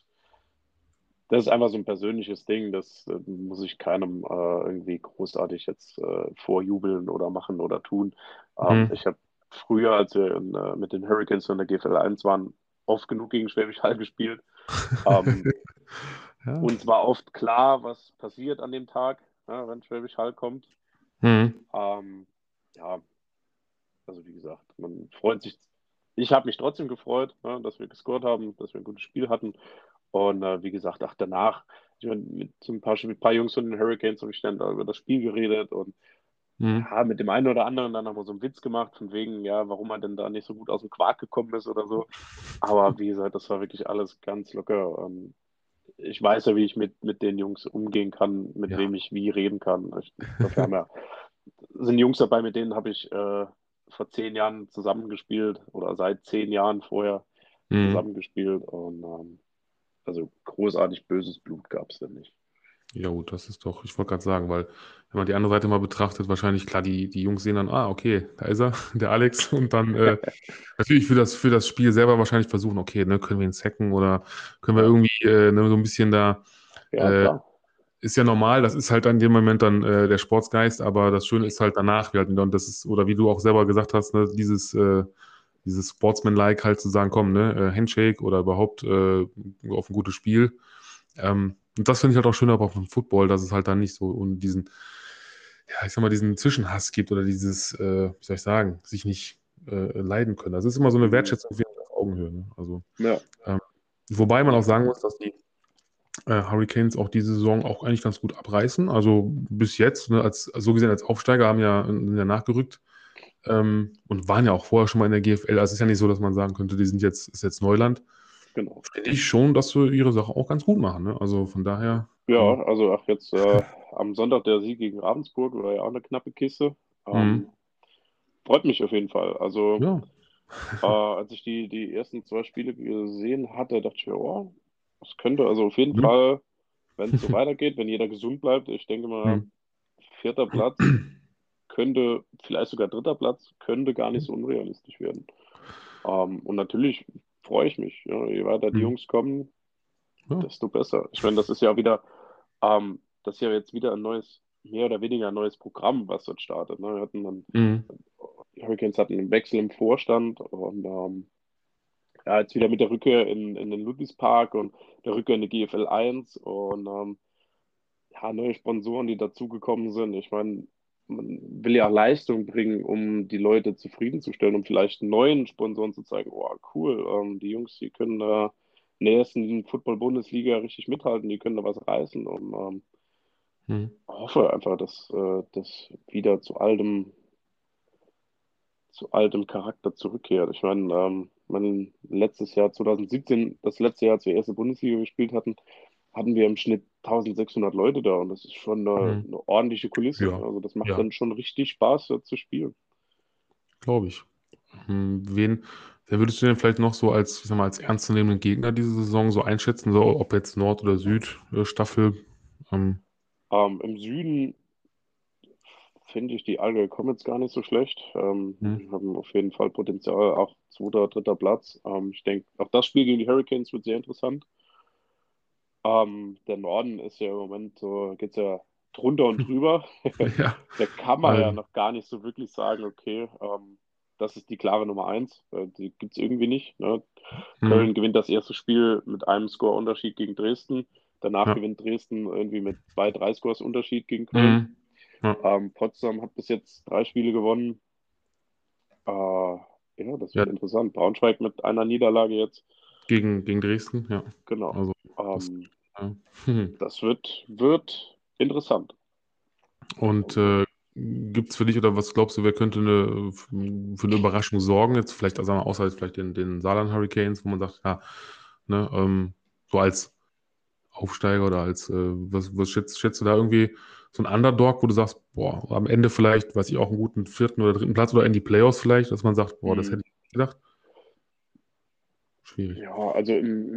das ist einfach so ein persönliches Ding, das muss ich keinem irgendwie großartig jetzt vorjubeln oder machen oder tun. Mhm. Ich habe früher, als wir mit den Hurricanes in der GFL 1 waren, oft genug gegen Schwäbisch Hall gespielt. Ähm, Ja. uns war oft klar, was passiert an dem Tag, ja, wenn Schwäbisch Hall kommt. Mhm. Ähm, ja, also wie gesagt, man freut sich. Ich habe mich trotzdem gefreut, ja, dass wir gescored haben, dass wir ein gutes Spiel hatten. Und wie gesagt, auch danach, ich meine, mit so mit ein paar Jungs von den Hurricanes habe ich dann da über das Spiel geredet und Mhm. ja, mit dem einen oder anderen dann nochmal so einen Witz gemacht, von wegen, ja, warum er denn da nicht so gut aus dem Quark gekommen ist oder so. Aber wie gesagt, das war wirklich alles ganz locker. Ich weiß ja, wie ich mit den Jungs umgehen kann, mit Ja. wem ich wie reden kann. Dafür sind Jungs dabei, mit denen habe ich vor 10 Jahren zusammengespielt oder seit 10 Jahren vorher Mhm. zusammengespielt. Und also großartig böses Blut gab es da nicht. Ja gut, das ist doch, ich wollte gerade sagen, weil wenn man die andere Seite mal betrachtet, wahrscheinlich klar, die Jungs sehen dann, okay, da ist er, der Alex, und dann natürlich für das Spiel selber wahrscheinlich versuchen, okay, ne, können wir ihn sacken oder können wir Ja, irgendwie ne, so ein bisschen da, ja, äh, klar. ist ja normal, das ist halt in dem Moment dann der Sportsgeist, aber das Schöne ist halt danach, und das ist, oder wie du auch selber gesagt hast, ne, dieses Sportsman-like halt zu sagen, komm, ne, Handshake oder überhaupt auf ein gutes Spiel. Und das finde ich halt auch schön aber vom Football, dass es halt dann nicht so um diesen, ja, ich sag mal, diesen Zwischenhass gibt oder dieses, wie soll ich sagen, sich nicht leiden können. Das ist immer so eine Mhm. Wertschätzung finde ich, auf Augenhöhe. Ne? Also, Ja, ähm, wobei man ja, auch sagen muss, dass die Hurricanes auch diese Saison auch eigentlich ganz gut abreißen. Also bis jetzt, ne, so gesehen als Aufsteiger sind ja nachgerückt und waren ja auch vorher schon mal in der GFL. Also es ist ja nicht so, dass man sagen könnte, ist jetzt Neuland. genau. Finde ich schon, dass sie ihre Sache auch ganz gut machen. Ne? Also von daher, Ja, also ach, jetzt am Sonntag der Sieg gegen Ravensburg war ja auch eine knappe Kiste. hm, Ähm, freut mich auf jeden Fall. Also, ja. als ich die ersten zwei Spiele gesehen hatte, dachte ich mir, oh, das könnte also auf jeden Hm. Fall, wenn es so weitergeht, wenn jeder gesund bleibt, ich denke mal, Hm. vierter Platz könnte, vielleicht sogar dritter Platz, könnte gar nicht so unrealistisch werden. Und natürlich freue ich mich. Ja, je weiter die Hm. Jungs kommen, Ja. desto besser. Ich meine, das ist ja jetzt wieder mehr oder weniger ein neues Programm, was dort startet. Ne? Hm. Die Hurricanes hatten einen Wechsel im Vorstand und ja, jetzt wieder mit der Rückkehr in den Ludwigspark und der Rückkehr in die GFL 1 und ja, neue Sponsoren, die dazugekommen sind. Ich meine, man will ja Leistung bringen, um die Leute zufriedenzustellen, um vielleicht neuen Sponsoren zu zeigen, oh cool, die Jungs, die können da in der ersten Football-Bundesliga richtig mithalten, die können da was reißen und Hm. hoffe einfach, dass das wieder zu altem Charakter zurückkehrt. Ich meine, letztes Jahr 2017, das letzte Jahr, als wir erste Bundesliga gespielt hatten, hatten wir im Schnitt 1600 Leute da und das ist schon Hm. eine ordentliche Kulisse. Ja. Also das macht Ja, dann schon richtig Spaß, da zu spielen. glaube ich. Wen würdest du denn vielleicht noch so als, ich sag mal, als ernstzunehmenden Gegner diese Saison so einschätzen, so ob jetzt Nord- oder Süd-Staffel? Im Süden finde ich die Allgäu Comets gar nicht so schlecht. Hm. Die haben auf jeden Fall Potenzial, auch zweiter, dritter Platz. Ich denke, auch das Spiel gegen die Hurricanes wird sehr interessant. Der Norden ist ja im Moment so, geht's ja drunter und drüber. Ja. Da kann man ja Ähm, noch gar nicht so wirklich sagen, okay, das ist die klare Nummer eins. Die gibt es irgendwie nicht. Ne? Mhm. Köln gewinnt das erste Spiel mit einem Score-Unterschied gegen Dresden. Danach Ja. gewinnt Dresden irgendwie mit 2, 3 Scores Unterschied gegen Köln. Mhm. Ja. Potsdam hat bis jetzt 3 Spiele gewonnen. Ja, das Ja, wird interessant. Braunschweig mit einer Niederlage jetzt. gegen Dresden, ja. Genau. Also, das, Ähm, ja. Das wird interessant. Und gibt es für dich oder was glaubst du, wer könnte für eine Überraschung sorgen? Jetzt vielleicht, also sagen wir, außer jetzt vielleicht den Saarland Hurricanes, wo man sagt, ja, ne, so als Aufsteiger oder als, was schätzt du da irgendwie so ein Underdog, wo du sagst, boah, am Ende vielleicht, weiß ich auch, einen guten vierten oder dritten Platz oder in die Playoffs vielleicht, dass man sagt, boah, das Hm. hätte ich nicht gedacht. Schwierig. Ja, also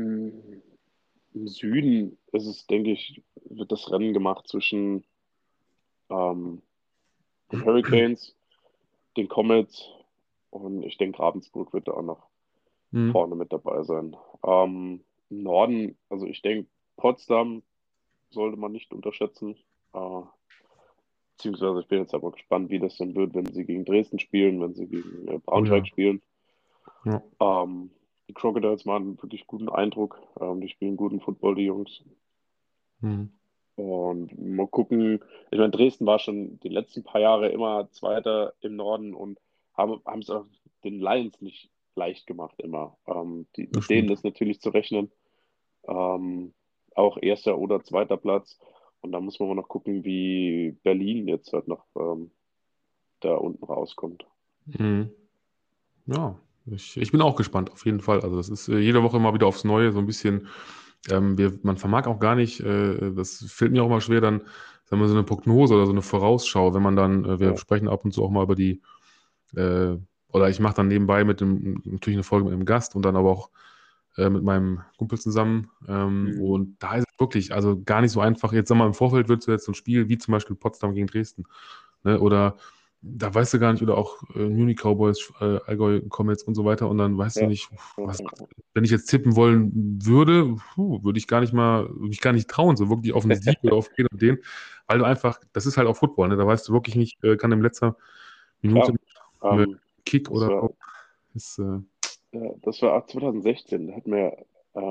im Süden ist es, denke ich, wird das Rennen gemacht zwischen ähm, den Hurricanes, den Comets und ich denke, Ravensburg wird da auch noch Mhm. vorne mit dabei sein. Im Norden, also ich denke, Potsdam sollte man nicht unterschätzen. Äh, Beziehungsweise ich bin jetzt aber gespannt, wie das dann wird, wenn sie gegen Dresden spielen, wenn sie gegen Oh Braunschweig ja. spielen. Ja. Die Crocodiles machen einen wirklich guten Eindruck. Die spielen guten Football, die Jungs. Mhm. Und mal gucken. Ich meine, Dresden war schon die letzten paar Jahre immer Zweiter im Norden und haben es auch den Lions nicht leicht gemacht immer. Das Mit denen stimmt. ist natürlich zu rechnen. Ähm, Auch erster oder zweiter Platz. Und da muss man mal noch gucken, wie Berlin jetzt halt noch da unten rauskommt. Mhm. Ja, ich bin auch gespannt, auf jeden Fall. Also das ist jede Woche immer wieder aufs Neue, so ein bisschen, man vermag auch gar nicht, das fällt mir auch immer schwer, dann, sagen wir, so eine Prognose oder so eine Vorausschau, wenn man dann, wir Ja, sprechen ab und zu auch mal über die, äh, oder ich mache dann nebenbei natürlich eine Folge mit einem Gast und dann aber auch mit meinem Kumpel zusammen. mhm. Und da ist es wirklich, also gar nicht so einfach. Jetzt sag mal, im Vorfeld wird so jetzt so ein Spiel wie zum Beispiel Potsdam gegen Dresden. Ne? Oder da weißt du gar nicht, oder auch Munich Cowboys, Allgäu Comets und so weiter. Und dann weißt du Ja, nicht, ja, was, ja. wenn ich jetzt tippen wollen würde, würde ich gar nicht mal, würde ich gar nicht trauen, so wirklich auf einen Sieg oder auf den und den, weil du einfach, das ist halt auch Football, ne? Da weißt du wirklich nicht, kann im letzter Minute Klar. mit Ähm, Kick das oder war, so. Ist, Das war 2016. Da hatten wir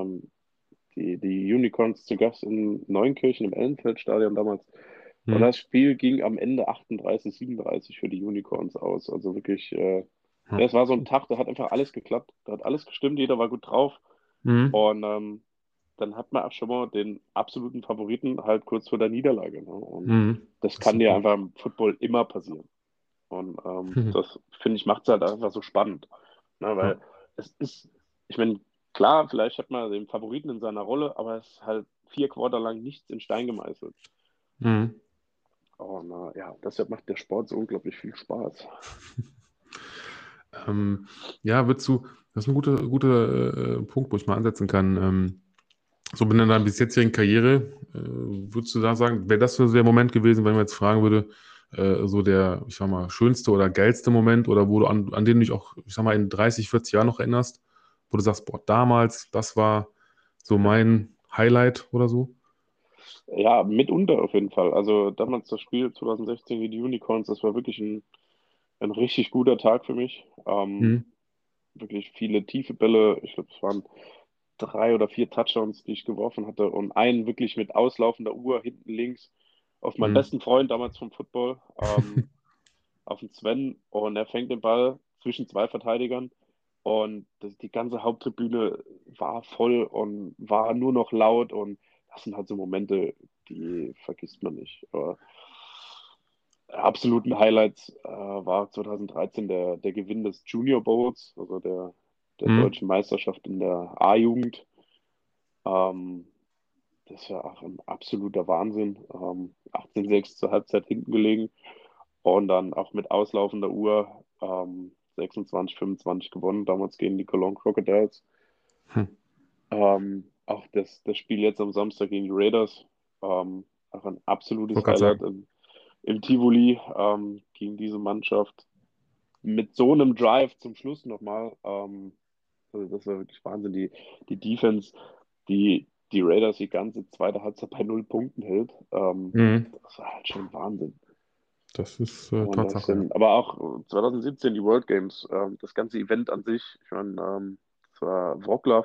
die Unicorns zu Gast in Neunkirchen im Ellenfeldstadion damals. Und hm, das Spiel ging am Ende 38-37 für die Unicorns aus. Also wirklich, ja. das war so ein Tag, da hat einfach alles geklappt. Da hat alles gestimmt, jeder war gut drauf. Mhm. Und dann hat man auch schon mal den absoluten Favoriten halt kurz vor der Niederlage. Ne? Und Mhm. das Das ist kann dir super. einfach im Football immer passieren. Und Mhm. das, finde ich, macht es halt einfach so spannend. Ne? Ja. Weil es ist, ich meine, klar, vielleicht hat man den Favoriten in seiner Rolle, aber es ist halt 4 Quarter lang nichts in Stein gemeißelt. Mhm. Und ja, deshalb macht der Sport so unglaublich viel Spaß. Ähm, ja, das ist ein guter Punkt, wo ich mal ansetzen kann. So in deiner bis jetzigen Karriere, würdest du da sagen, wäre das so der Moment gewesen, wenn man jetzt fragen würde, so der, ich sag mal, schönste oder geilste Moment oder wo du an den du dich auch, ich sag mal, in 30, 40 Jahren noch erinnerst, wo du sagst, boah, damals, das war so mein Highlight oder so? Ja, mitunter auf jeden Fall. Also damals das Spiel 2016 gegen die Unicorns, das war wirklich ein richtig guter Tag für mich. Mhm. Wirklich viele tiefe Bälle. Ich glaube, es waren 3 oder 4 Touchdowns, die ich geworfen hatte und einen wirklich mit auslaufender Uhr hinten links auf meinen Mhm. besten Freund damals vom Football, auf den Sven, und er fängt den Ball zwischen 2 Verteidigern und die ganze Haupttribüne war voll und war nur noch laut, und das sind halt so Momente, die vergisst man nicht. Aber absoluten Highlights war 2013 der Gewinn des Junior Bowls, also der Mhm. deutschen Meisterschaft in der A-Jugend. Ähm, Das war auch ein absoluter Wahnsinn. 18:6 zur Halbzeit hinten gelegen und dann auch mit auslaufender Uhr 26-25 gewonnen, damals gegen die Cologne Crocodiles. Hm. Auch das Spiel jetzt am Samstag gegen die Raiders, auch ein Ich wollte absolutes gerade Highlight sagen. im Tivoli gegen diese Mannschaft. Mit so einem Drive zum Schluss nochmal. Also das war wirklich Wahnsinn. Die Defense, die Raiders die ganze zweite Halbzeit bei 0 Punkten hält. Mhm. Das war halt schon Wahnsinn. Das ist Und das Tatsache, ja. sind, aber auch 2017 die World Games, das ganze Event an sich, ich meine, es war Wroclaw,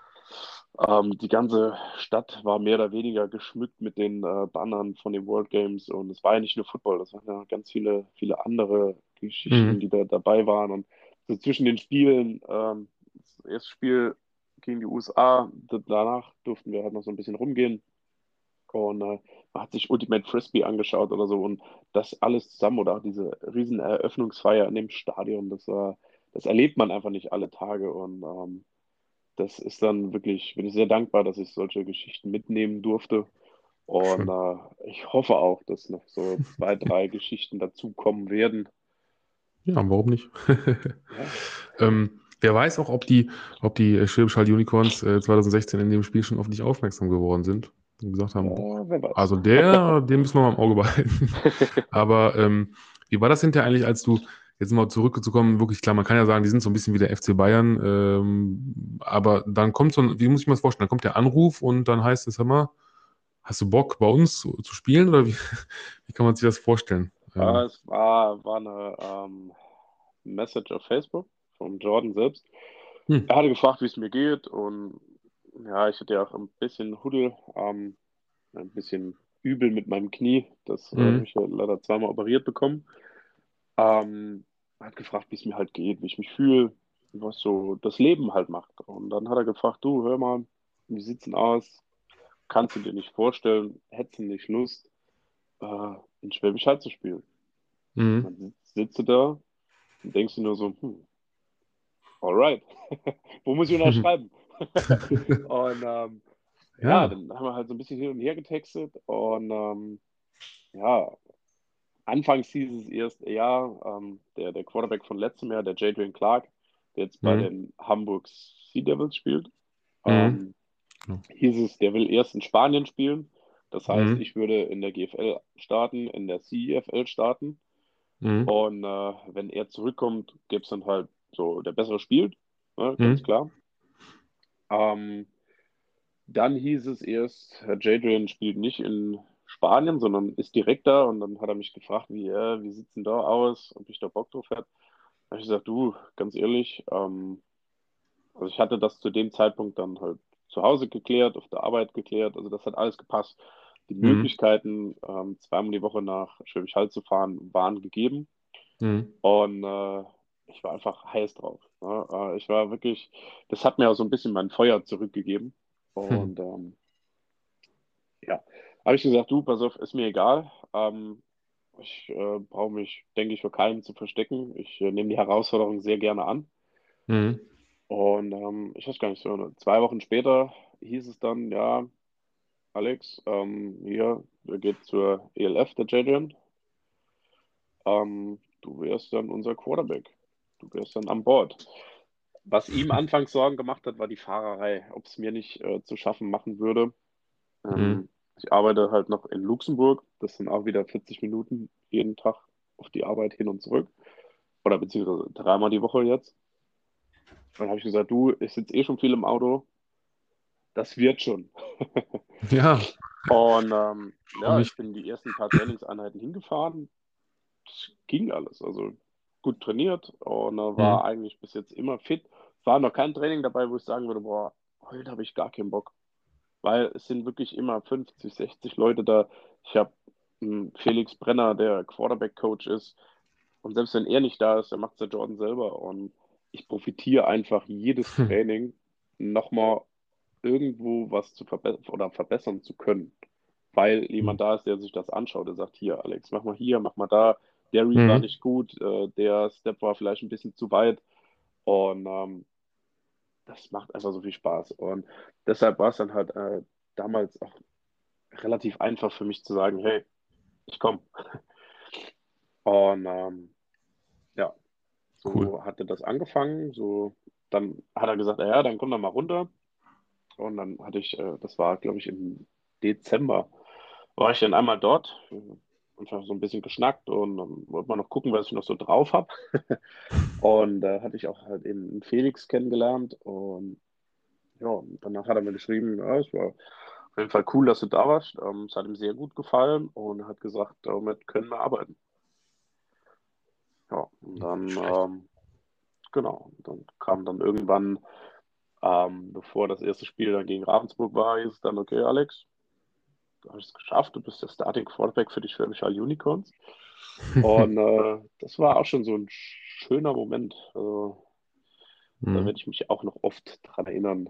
die ganze Stadt war mehr oder weniger geschmückt mit den Bannern von den World Games und es war ja nicht nur Football, das waren ja ganz viele andere Geschichten, Mhm. die da dabei waren und so zwischen den Spielen, das erste Spiel gegen die USA, danach durften wir halt noch so ein bisschen rumgehen und man hat sich Ultimate Frisbee angeschaut oder so und das alles zusammen oder auch diese riesen Eröffnungsfeier in dem Stadion, das erlebt man einfach nicht alle Tage und das ist dann wirklich, bin ich sehr dankbar, dass ich solche Geschichten mitnehmen durfte. Und Schön. ich hoffe auch, dass noch so zwei, drei Geschichten dazukommen werden. Ja, warum nicht? Ja, Wer weiß auch, ob die Schwäbisch Hall Unicorns 2016 in dem Spiel schon auf dich aufmerksam geworden sind und gesagt haben, boah, wer weiß. also den müssen wir mal im Auge behalten. Aber wie war das hinterher eigentlich, als du jetzt mal zurückzukommen, wirklich klar, man kann ja sagen, die sind so ein bisschen wie der FC Bayern, aber dann kommt so ein, wie muss ich mir das vorstellen, dann kommt der Anruf und dann heißt es, hör mal, hast du Bock bei uns zu spielen oder wie, wie kann man sich das vorstellen? Es war eine Message auf Facebook von Jordan selbst. Hm, Er hatte gefragt, wie es mir geht und ja, ich hatte ja auch ein bisschen Huddel, ein bisschen übel mit meinem Knie. Das habe hm, ich ja leider zweimal operiert bekommen. Ähm, hat gefragt, wie es mir halt geht, wie ich mich fühle, was so das Leben halt macht. Und dann hat er gefragt, du, hör mal, wie sieht's denn aus? Kannst du dir nicht vorstellen, hättest du nicht Lust, in Schwäbisch Hall zu spielen? Und hm. dann sitzt du da und denkst dir nur so, alright, wo muss ich unterschreiben? Und ja, Ja. dann haben wir halt so ein bisschen hin und her getextet und ja, anfangs hieß es erst, ja, der Quarterback von letztem Jahr, der Jadrian Clark, der jetzt bei Hm, den Hamburg Sea Devils spielt, hm, ähm, genau. hieß es, der will erst in Spanien spielen. Das heißt, Hm, ich würde in der GFL starten, in der CEFL starten. hm, Und wenn er zurückkommt, gäbe es dann halt so, der bessere spielt, ne, ganz hm, klar. Ähm, Dann hieß es erst, Herr Jadrian spielt nicht in Spanien, sondern ist direkt da. Und dann hat er mich gefragt, wie sieht es denn da aus, ob ich da Bock drauf hätte. Da habe ich gesagt, du, ganz ehrlich, also ich hatte das zu dem Zeitpunkt dann halt zu Hause geklärt, auf der Arbeit geklärt. Also das hat alles gepasst. Die hm, Möglichkeiten, zweimal die Woche nach Schwäbisch Hall zu fahren, waren gegeben. hm, Und ich war einfach heiß drauf. Ne? Ich war wirklich, das hat mir auch so ein bisschen mein Feuer zurückgegeben. hm. Und ja, habe ich gesagt, du, pass auf, ist mir egal. Ich brauche mich, denke ich, vor keinem zu verstecken. Ich nehme die Herausforderung sehr gerne an. Hm, Und ich weiß gar nicht, so 2 Wochen später hieß es dann, ja, Alex, hier, der geht zur ELF, der Jadrian. Du wärst dann unser Quarterback. Du wärst dann an Bord. Was ihm anfangs Sorgen gemacht hat, war die Fahrerei, ob es mir nicht zu schaffen machen würde. hm, Ich arbeite halt noch in Luxemburg. Das sind auch wieder 40 Minuten jeden Tag auf die Arbeit hin und zurück. Oder beziehungsweise dreimal die Woche jetzt. Dann habe ich gesagt, du, ich sitze eh schon viel im Auto. Das wird schon. ja, Und warum ja, nicht? ich bin die ersten paar Trainingseinheiten hingefahren. Das ging alles. Also gut trainiert und Hm, war eigentlich bis jetzt immer fit. War noch kein Training dabei, wo ich sagen würde, boah, heute habe ich gar keinen Bock. Weil es sind wirklich immer 50, 60 Leute da. Ich habe Felix Brenner, der Quarterback-Coach ist. Und selbst wenn er nicht da ist, dann macht es der Jordan selber. Und ich profitiere einfach jedes hm, Training nochmal irgendwo was zu verbessern zu können. Weil hm, jemand da ist, der sich das anschaut. Der sagt, hier, Alex, mach mal hier, mach mal da. Der Read war hm, nicht gut, der Step war vielleicht ein bisschen zu weit. Und das macht einfach so viel Spaß. Und deshalb war es dann halt damals auch relativ einfach für mich zu sagen, hey, ich komme. Und ja, cool. so hatte das angefangen. So, dann hat er gesagt, ja, dann komm doch mal runter. Und dann hatte ich, das war, glaube ich, im Dezember, war ich dann einmal dort, einfach so ein bisschen geschnackt und dann wollte man noch gucken, was ich noch so drauf habe. Und da hatte ich auch halt eben einen Felix kennengelernt und ja, danach hat er mir geschrieben, ja, es war auf jeden Fall cool, dass du da warst. Es hat ihm sehr gut gefallen und er hat gesagt, damit können wir arbeiten. Und dann, Schlecht. genau, dann kam dann irgendwann, bevor das erste Spiel dann gegen Ravensburg war, hieß es dann, okay, Alex, du hast es geschafft, du bist der Starting Quarterback für die Schwäbische Hall Unicorns. Und das war auch schon so ein schöner Moment. Also, da Mhm. werde ich mich auch noch oft dran erinnern.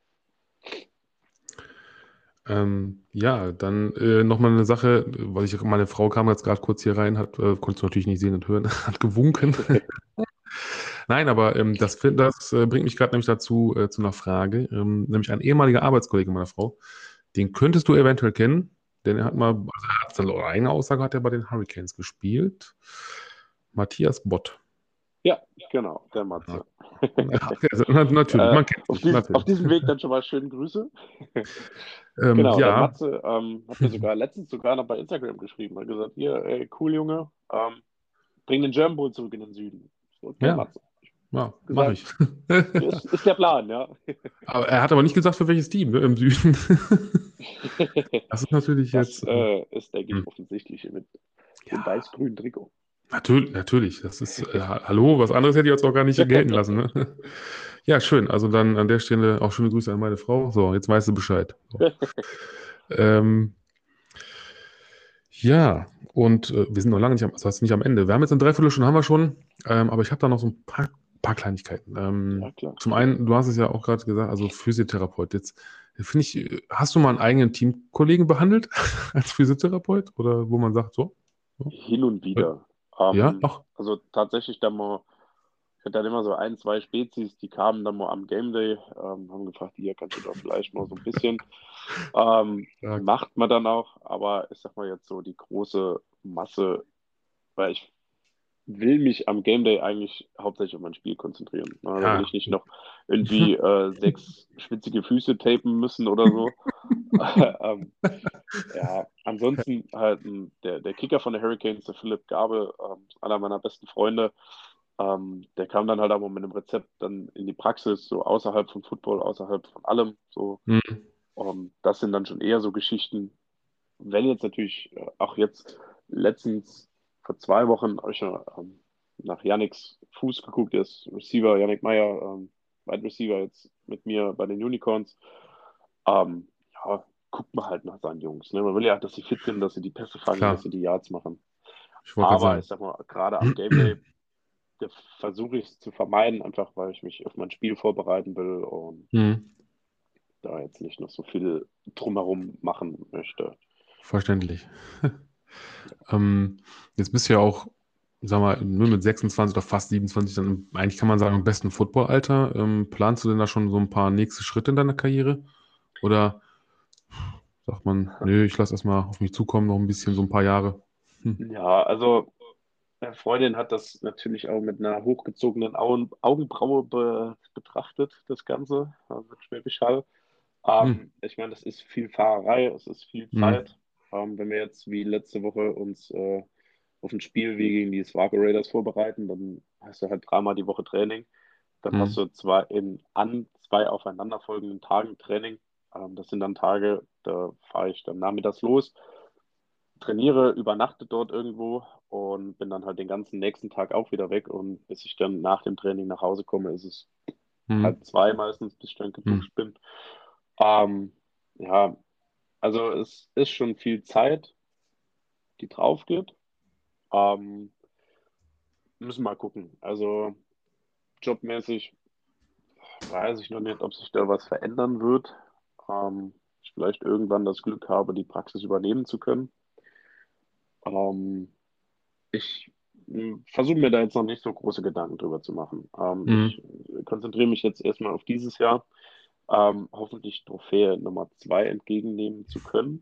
Ja, dann nochmal eine Sache, weil meine Frau kam jetzt gerade kurz hier rein, konntest du natürlich nicht sehen und hören, hat gewunken. Nein, aber das bringt mich gerade nämlich dazu, zu einer Frage. Nämlich ein ehemaliger Arbeitskollege meiner Frau, den könntest du eventuell kennen, denn er hat mal, also er hat laut eigener Aussage hat er bei den Hurricanes gespielt. Matthias Bott. Ja, genau, der Ja, Matze. natürlich, man kennt sich, Auf natürlich. diesem Weg dann schon mal schöne Grüße. Genau, der Ja, Matze hat mir sogar letztens sogar noch bei Instagram geschrieben, hat gesagt, hier, ey, cool Junge, bring den German Bull zurück in den Süden. So, okay, ja, Matze. ja, mache Gesagt, ich. ist der Plan, ja. Aber er hat aber nicht gesagt, für welches Team, ne, im Süden. Das ist natürlich Das jetzt. ist, denke ich, Hm. offensichtlich mit dem Ja, weiß-grünen Trikot. natürlich. Das ist, hallo, was anderes hätte ich jetzt auch gar nicht gelten lassen. Ne? Ja, schön. Also dann an der Stelle auch schöne Grüße an meine Frau. So, jetzt weißt du Bescheid. So. Ähm, ja, und wir sind noch lange nicht am, das heißt nicht am Ende. Wir haben jetzt eine Dreiviertelstunde, haben wir schon, aber ich habe da noch so ein paar Kleinigkeiten. Ja, klar. Zum einen, du hast es ja auch gerade gesagt, also Physiotherapeut. Jetzt finde ich, hast du mal einen eigenen Teamkollegen behandelt als Physiotherapeut? Oder wo man sagt, so? So? Hin und wieder. Ja, ach, Also tatsächlich dann mal, ich hatte dann immer so ein, zwei Spezies, die kamen dann mal am Game Day, haben gefragt, hier kannst du da vielleicht mal so ein bisschen. stark. Macht man dann auch, aber ich sag mal jetzt so die große Masse, weil ich will mich am Game Day eigentlich hauptsächlich auf mein Spiel konzentrieren. Da will Ja. ich nicht noch irgendwie sechs schwitzige Füße tapen müssen oder so. ähm, ja, ansonsten halt der Kicker von der Hurricanes, der Philipp Gabe, einer meiner besten Freunde, der kam dann halt auch mit einem Rezept dann in die Praxis, so außerhalb von Football, außerhalb von allem. So, Hm. das sind dann schon eher so Geschichten. Wenn jetzt natürlich, auch jetzt letztens vor 2 Wochen habe ich schon nach Yannicks Fuß geguckt, der ist Receiver, Yannick Meyer, Wide Receiver jetzt mit mir bei den Unicorns. Ja, guckt man halt nach seinen Jungs. Ne? Man will ja, dass sie fit sind, dass sie die Pässe fangen, dass Klar, sie die Yards machen. ich wollte gerade Aber ich sagen. sag mal, gerade am Game Day versuche ich es zu vermeiden, einfach weil ich mich auf mein Spiel vorbereiten will und Hm. da jetzt nicht noch so viel drumherum machen möchte. Verständlich. Ähm, Jetzt bist du ja auch, sag mal, nur mit 26 oder fast 27, dann eigentlich kann man sagen, im besten Footballalter. Planst du denn da schon so ein paar nächste Schritte in deiner Karriere? Oder sagt man, nö, ich lasse erstmal auf mich zukommen, noch ein bisschen, so ein paar Jahre? Hm. Ja, also meine Freundin hat das natürlich auch mit einer hochgezogenen Augenbraue betrachtet, das Ganze, mit Schwäbisch Hall. Hm. Ich meine, das ist viel Fahrerei, es ist viel Hm. Zeit. Wenn wir jetzt wie letzte Woche uns auf ein Spiel wie gegen die Swargo Raiders vorbereiten, dann hast du halt dreimal die Woche Training. Dann hast Hm. du zwei aufeinanderfolgenden Tagen Training. Das sind dann Tage, da fahre ich dann nachmittags los, trainiere, übernachte dort irgendwo und bin dann halt den ganzen nächsten Tag auch wieder weg. Und bis ich dann nach dem Training nach Hause komme, ist es Hm. 1:30 meistens, bis ich dann Hm. geduscht bin. Ähm, ja, also es ist schon viel Zeit, die drauf geht. Ähm, Müssen wir mal gucken. Also jobmäßig weiß ich noch nicht, ob sich da was verändern wird. Ich vielleicht irgendwann das Glück habe, die Praxis übernehmen zu können. Ähm, Ich versuche mir da jetzt noch nicht so große Gedanken drüber zu machen. Hm. Ich konzentriere mich jetzt erstmal auf dieses Jahr, hoffentlich Trophäe Nummer 2 entgegennehmen zu können.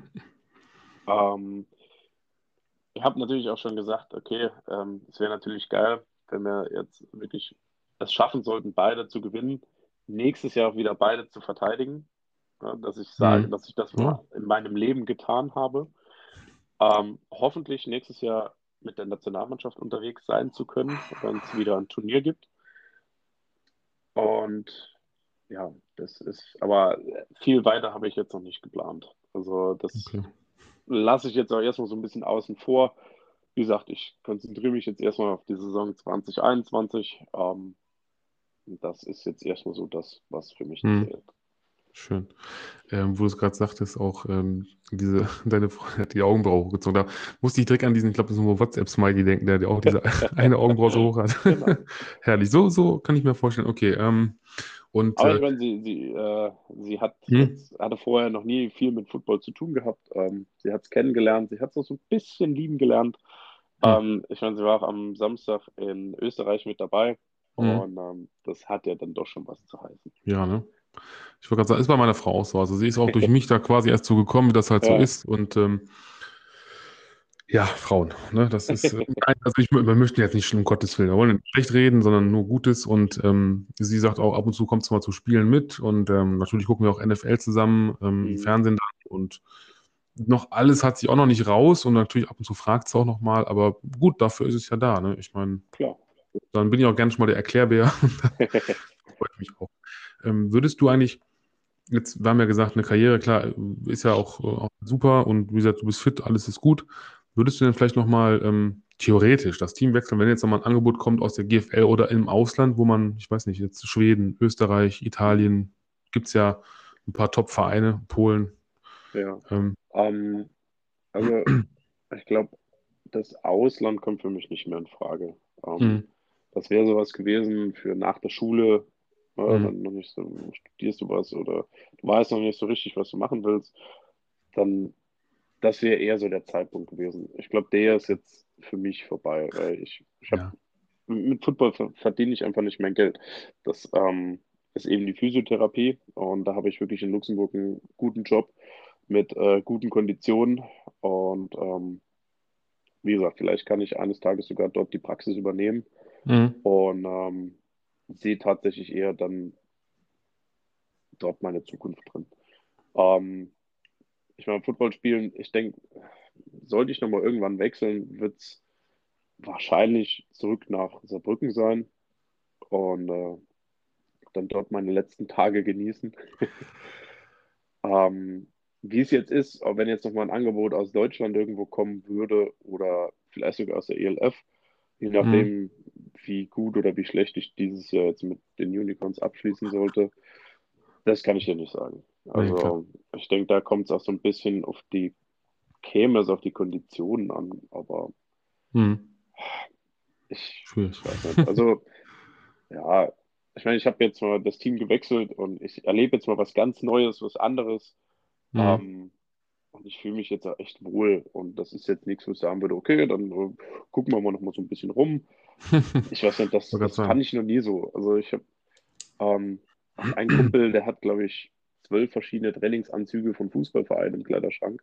Ähm, Ich habe natürlich auch schon gesagt, okay, es wäre natürlich geil, wenn wir jetzt wirklich es schaffen sollten, beide zu gewinnen, nächstes Jahr auch wieder beide zu verteidigen. Ja, dass ich sage, Hm. dass ich das Ja. mal in meinem Leben getan habe. Hoffentlich nächstes Jahr mit der Nationalmannschaft unterwegs sein zu können, wenn es wieder ein Turnier gibt. Und ja, das ist, aber viel weiter habe ich jetzt noch nicht geplant. Also das Okay. lasse ich jetzt auch erstmal so ein bisschen außen vor. wie gesagt, ich konzentriere mich jetzt erstmal auf die Saison 2021. Das ist jetzt erstmal so das, was für mich Hm, zählt. schön. Wo du es gerade sagtest, auch deine Freundin hat die Augenbraue hochgezogen. Da musste ich direkt an diesen, ich glaube, das ist nur WhatsApp-Smiley denken, der auch diese eine Augenbraue so hoch hat. Genau. Herrlich. So kann ich mir vorstellen. Okay. Und Aber ich meine, sie hat hm, hatte vorher noch nie viel mit Football zu tun gehabt. Sie hat es kennengelernt, sie hat es auch so ein bisschen lieben gelernt. hm, Ich meine, sie war auch am Samstag in Österreich mit dabei hm, und das hat ja dann doch schon was zu heißen. ja, ne? Ich wollte gerade sagen, ist bei meiner Frau auch so. Also sie ist auch durch mich da quasi erst so gekommen, wie das halt so Ja, ist. Und ja, Frauen, ne? Das ist, also wir möchten jetzt nicht, um Gottes Willen, wir wollen nicht schlecht reden, sondern nur Gutes. Und sie sagt auch, ab und zu kommt sie mal zu Spielen mit. Und natürlich gucken wir auch NFL zusammen, im mhm, Fernsehen dann. Und noch alles hat sich auch noch nicht raus. Und natürlich ab und zu fragt sie auch noch mal. Aber gut, dafür ist es ja da, ne? Ich meine, klar. dann bin ich auch gerne schon mal der Erklärbär. Freut mich auch. Würdest du eigentlich, jetzt, wir haben ja gesagt, eine Karriere, klar, ist ja auch super und wie gesagt, du bist fit, alles ist gut. Würdest du denn vielleicht nochmal theoretisch das Team wechseln, wenn jetzt nochmal ein Angebot kommt aus der GFL oder im Ausland, wo man, ich weiß nicht, jetzt Schweden, Österreich, Mhm, Italien, gibt es ja ein paar Top-Vereine, Polen. ja. Ähm, Ähm, also ich glaube, das Ausland kommt für mich nicht mehr in Frage. mm, Das wäre sowas gewesen für nach der Schule, mm, wenn du noch nicht so studierst du was oder du weißt noch nicht so richtig, was du machen willst, dann das wäre eher so der Zeitpunkt gewesen. Ich glaube, der ist jetzt für mich vorbei, weil ich habe ja. mit Football verdiene ich einfach nicht mehr Geld. Das ist eben die Physiotherapie und da habe ich wirklich in Luxemburg einen guten Job mit guten Konditionen und wie gesagt, vielleicht kann ich eines Tages sogar dort die Praxis übernehmen Mm, und sehe tatsächlich eher dann dort meine Zukunft drin. Ähm, Ich meine, Football spielen, ich denke, sollte ich nochmal irgendwann wechseln, wird es wahrscheinlich zurück nach Saarbrücken sein und dann dort meine letzten Tage genießen. Wie es jetzt ist, auch wenn jetzt nochmal ein Angebot aus Deutschland irgendwo kommen würde oder vielleicht sogar aus der ELF, je mm, nachdem, wie gut oder wie schlecht ich dieses Jahr jetzt mit den Unicorns abschließen sollte, das kann ich dir nicht sagen. nee, klar. Also ich denke, da kommt es auch so ein bisschen käme es auf die Konditionen an, aber Mm, ich schwierig. weiß nicht. Also ja, ich meine, ich habe jetzt mal das Team gewechselt und ich erlebe jetzt mal was ganz Neues, was anderes. Mm. Ähm, und ich fühle mich jetzt auch echt wohl. Und das ist jetzt nichts, wo ich sagen würde, okay, dann gucken wir mal noch mal so ein bisschen rum. Ich weiß nicht, Wollte gerade das fand sagen. ich noch nie so. Also ich ähm, habe einen Kumpel, der hat, glaube ich, 12 verschiedene Trainingsanzüge von Fußballvereinen im Kleiderschrank.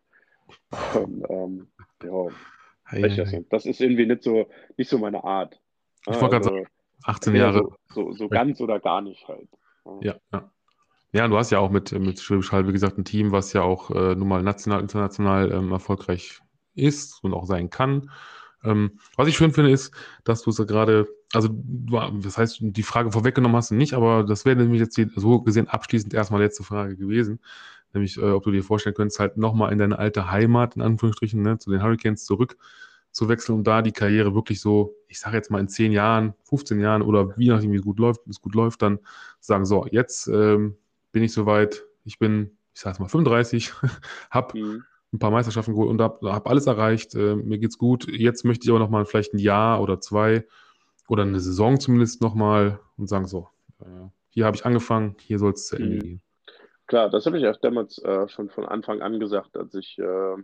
Und ja, Hey, ich hey, weiß hey. nicht, das ist irgendwie nicht so meine Art. Ja, Ich wollte gerade also sagen, 18 eher Jahre so weg. ganz oder gar nicht halt. Ja. Ja, ja. Ja, du hast ja auch mit Schwäbisch Hall, wie gesagt, ein Team, was ja auch nun mal national, international erfolgreich ist und auch sein kann. Was ich schön finde, ist, dass du so gerade, also das heißt, die Frage vorweggenommen hast du nicht, aber das wäre nämlich jetzt so gesehen abschließend erstmal letzte Frage gewesen, nämlich ob du dir vorstellen könntest, halt nochmal in deine alte Heimat, in Anführungsstrichen, ne, zu den Hurricanes zurück zu wechseln und da die Karriere wirklich so, ich sage jetzt mal in 10 Jahren, 15 Jahren oder wie nachdem, wie es gut läuft, dann sagen, so, jetzt bin ich soweit, ich sage jetzt mal 35, habe Mhm. ein paar Meisterschaften geholt und hab alles erreicht, mir geht's gut. Jetzt möchte ich aber nochmal vielleicht ein Jahr oder zwei oder eine Saison zumindest nochmal und sagen so, hier habe ich angefangen, hier soll es zu Ende Mhm. gehen. Klar, das habe ich auch damals schon von Anfang an gesagt, als ich